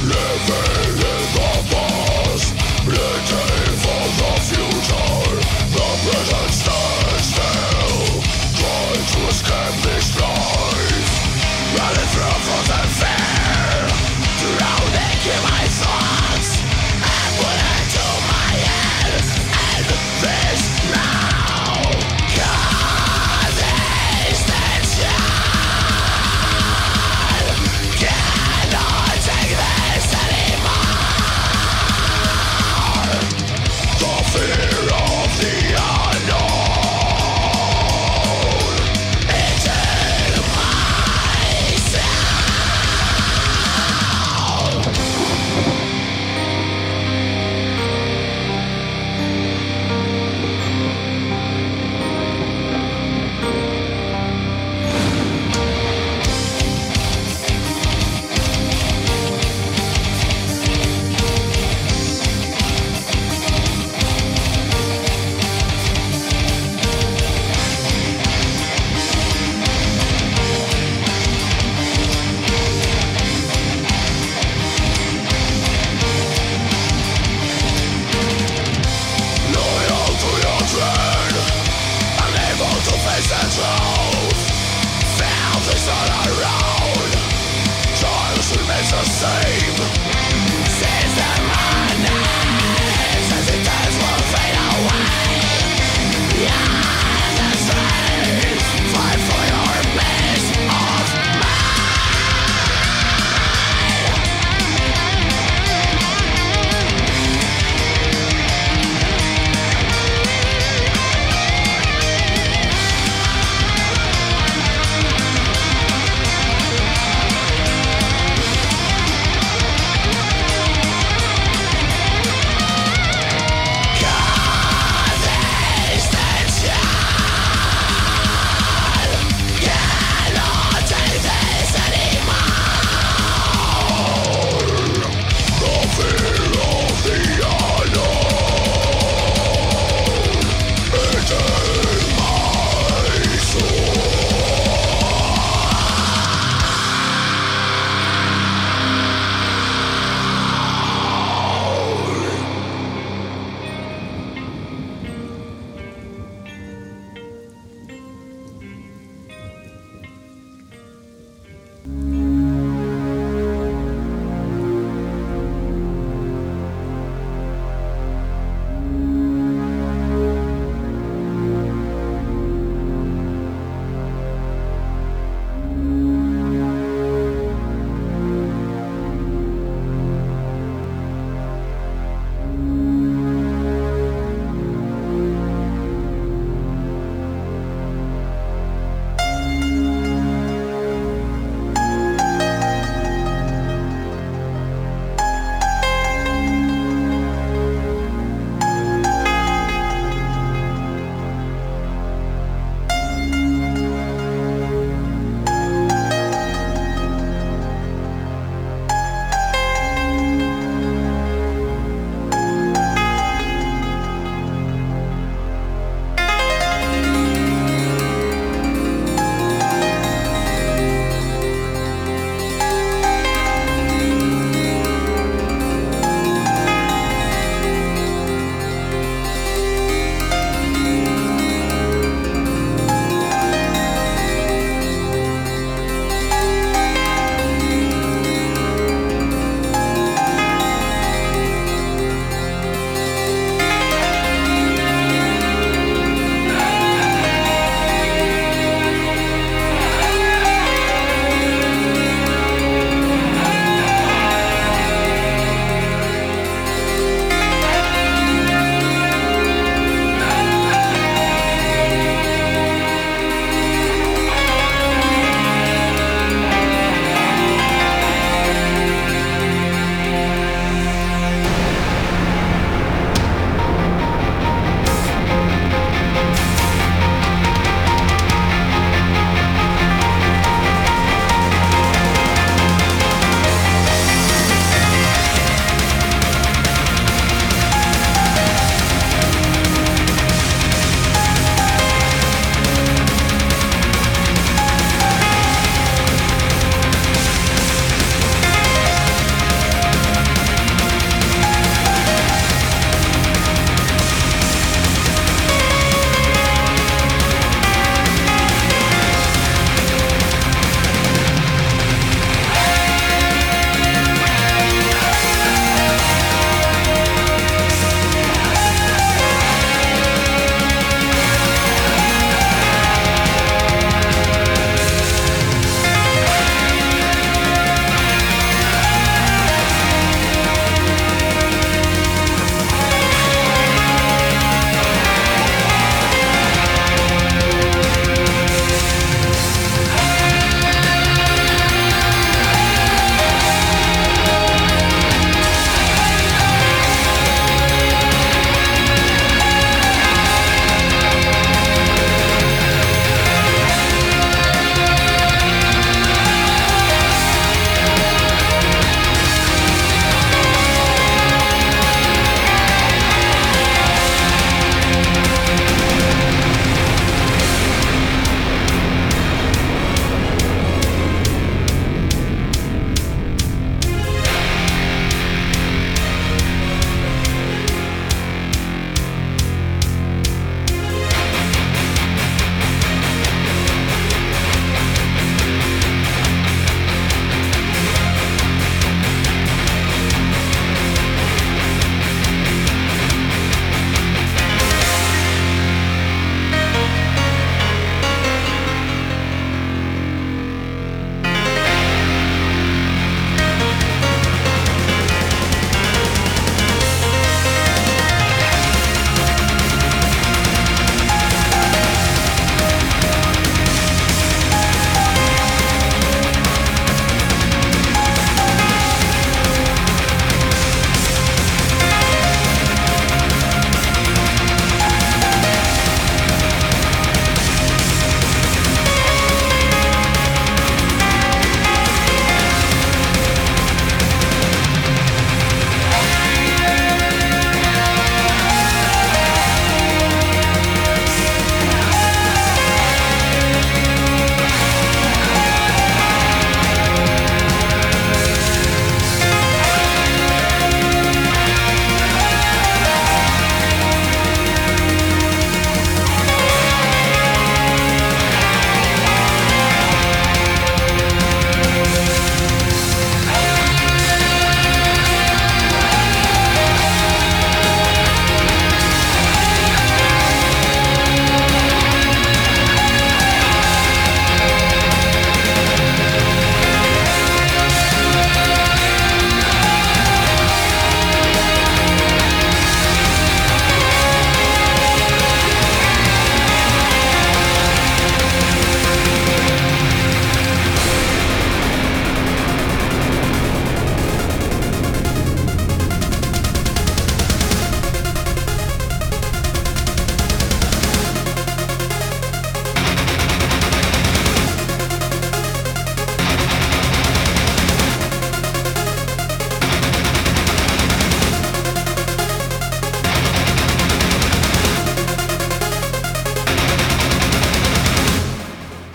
Cannot take this anymore.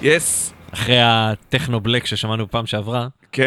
יס. אחרי הטכנו בלק ששמענו פעם שעברה. כן.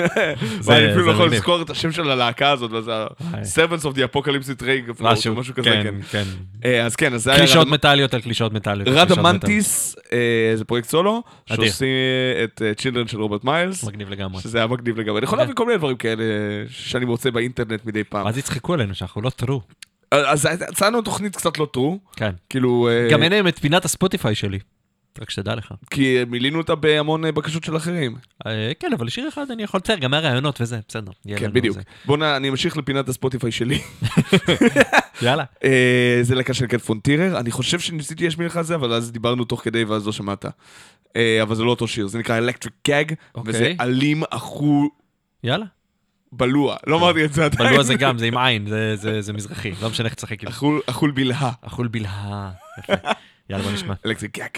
אני אפילו לא יכול לזכור את השם של הלהקה הזאת, וזה ה-Servants of the Apocalypse Trade, משהו כזה, כן. כן. אז כן, אז זה היה... קלישות מטליות על קלישות מטליות. רדמנטיס, זה פרויקט סולו, שעושים את Children של רוברט מיילס. מגניב לגמרי. שזה היה מגניב לגמרי. אני יכול להביא כל מיני דברים כאלה שאני מוצא באינטרנט מדי פעם. אז יצחקו עלינו שאנחנו לא טרו. אז הצענו תוכנית קצת לא טרו. כן. כאילו... גם אין להם את פינת הספוטיפיי שלי. רק שתדע לך. כי מילינו אותה בהמון בקשות של אחרים. כן, אבל שיר אחד אני יכול לצייר, גם מהרעיונות וזה, בסדר. כן, בדיוק. בוא נע, אני אמשיך לפינת הספוטיפיי שלי. יאללה. זה לקה של קט פונטירר. אני חושב שניסיתי להשמיע לך זה, אבל אז דיברנו תוך כדי ואז לא שמעת. אבל זה לא אותו שיר, זה נקרא Electric Gag, וזה אלים אחו... יאללה. בלוע, לא אמרתי את זה עדיין. בלוע זה גם, זה עם עין, זה מזרחי, לא משנה איך תשחק. אחול בלהה. אחול בלהה. יפה. יאללה, בוא נשמע. Electric Gag.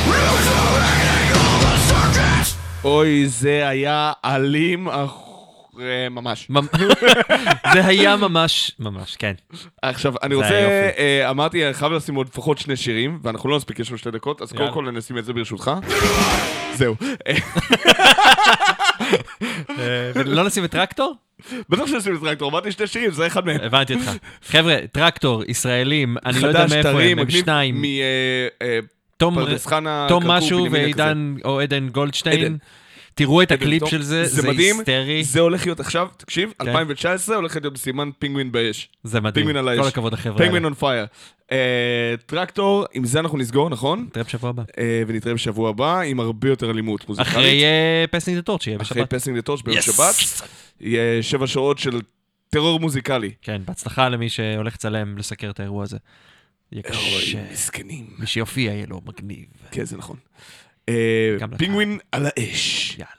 אוי, זה היה אלים אה, ממש. זה היה ממש, ממש, כן. עכשיו, אני זה רוצה, היופי. אה, אמרתי, חייב לשים עוד לפחות שני שירים, ואנחנו לא נספיק, יש לנו שתי דקות, אז קודם כל נשים את זה ברשותך. זהו. אה, ולא נשים את טרקטור? בטח שנשים את טרקטור, אמרתי שתי שירים, זה אחד מהם. הבנתי אותך. חבר'ה, טרקטור, ישראלים, אני לא יודע חדש, מאיפה טרי, הם, הם מגניב, שניים. מ... אה, אה, תום פרדס חנה, תום כרכור, משהו בנימין ועידן או עדן גולדשטיין. עדן. תראו את עדן, הקליפ טוב. של זה, זה זה מדהים, היסטרי. זה הולך להיות עכשיו, תקשיב, כן. אלפיים תשע עשרה הולך להיות בסימן פינגווין באש. זה מדהים. פינגווין על האש. כל הכבוד לחבר'ה פינגווין האלה. און פייר. טרקטור, עם זה אנחנו נסגור, נכון? נתראה בשבוע הבא. אה, ונתראה בשבוע הבא עם הרבה יותר אלימות מוזיקלית. אחרי פסינג דה טורץ' שיהיה אחרי בשבת. פסינג דה טורץ' ביום Yes! שבת. יהיה שבע שעות של טרור מוזיקלי. כן, בהצלחה למי שהולך לצלם, לסקר את האירוע הזה. יהיה אוי, קשה. מסכנים. מי שיופיע יהיה לו מגניב. כן, זה נכון. אה, גם לך. פינגווין על האש. יאללה.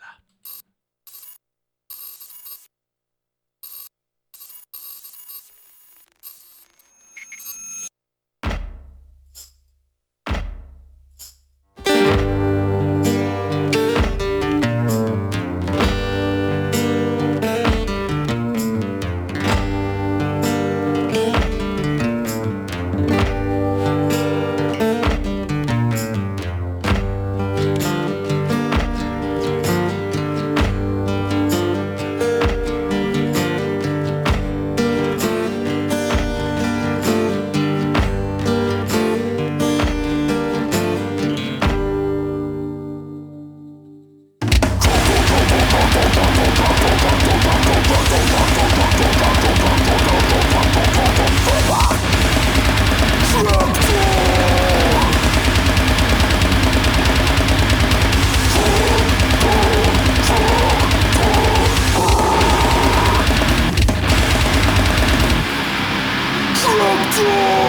Tractor!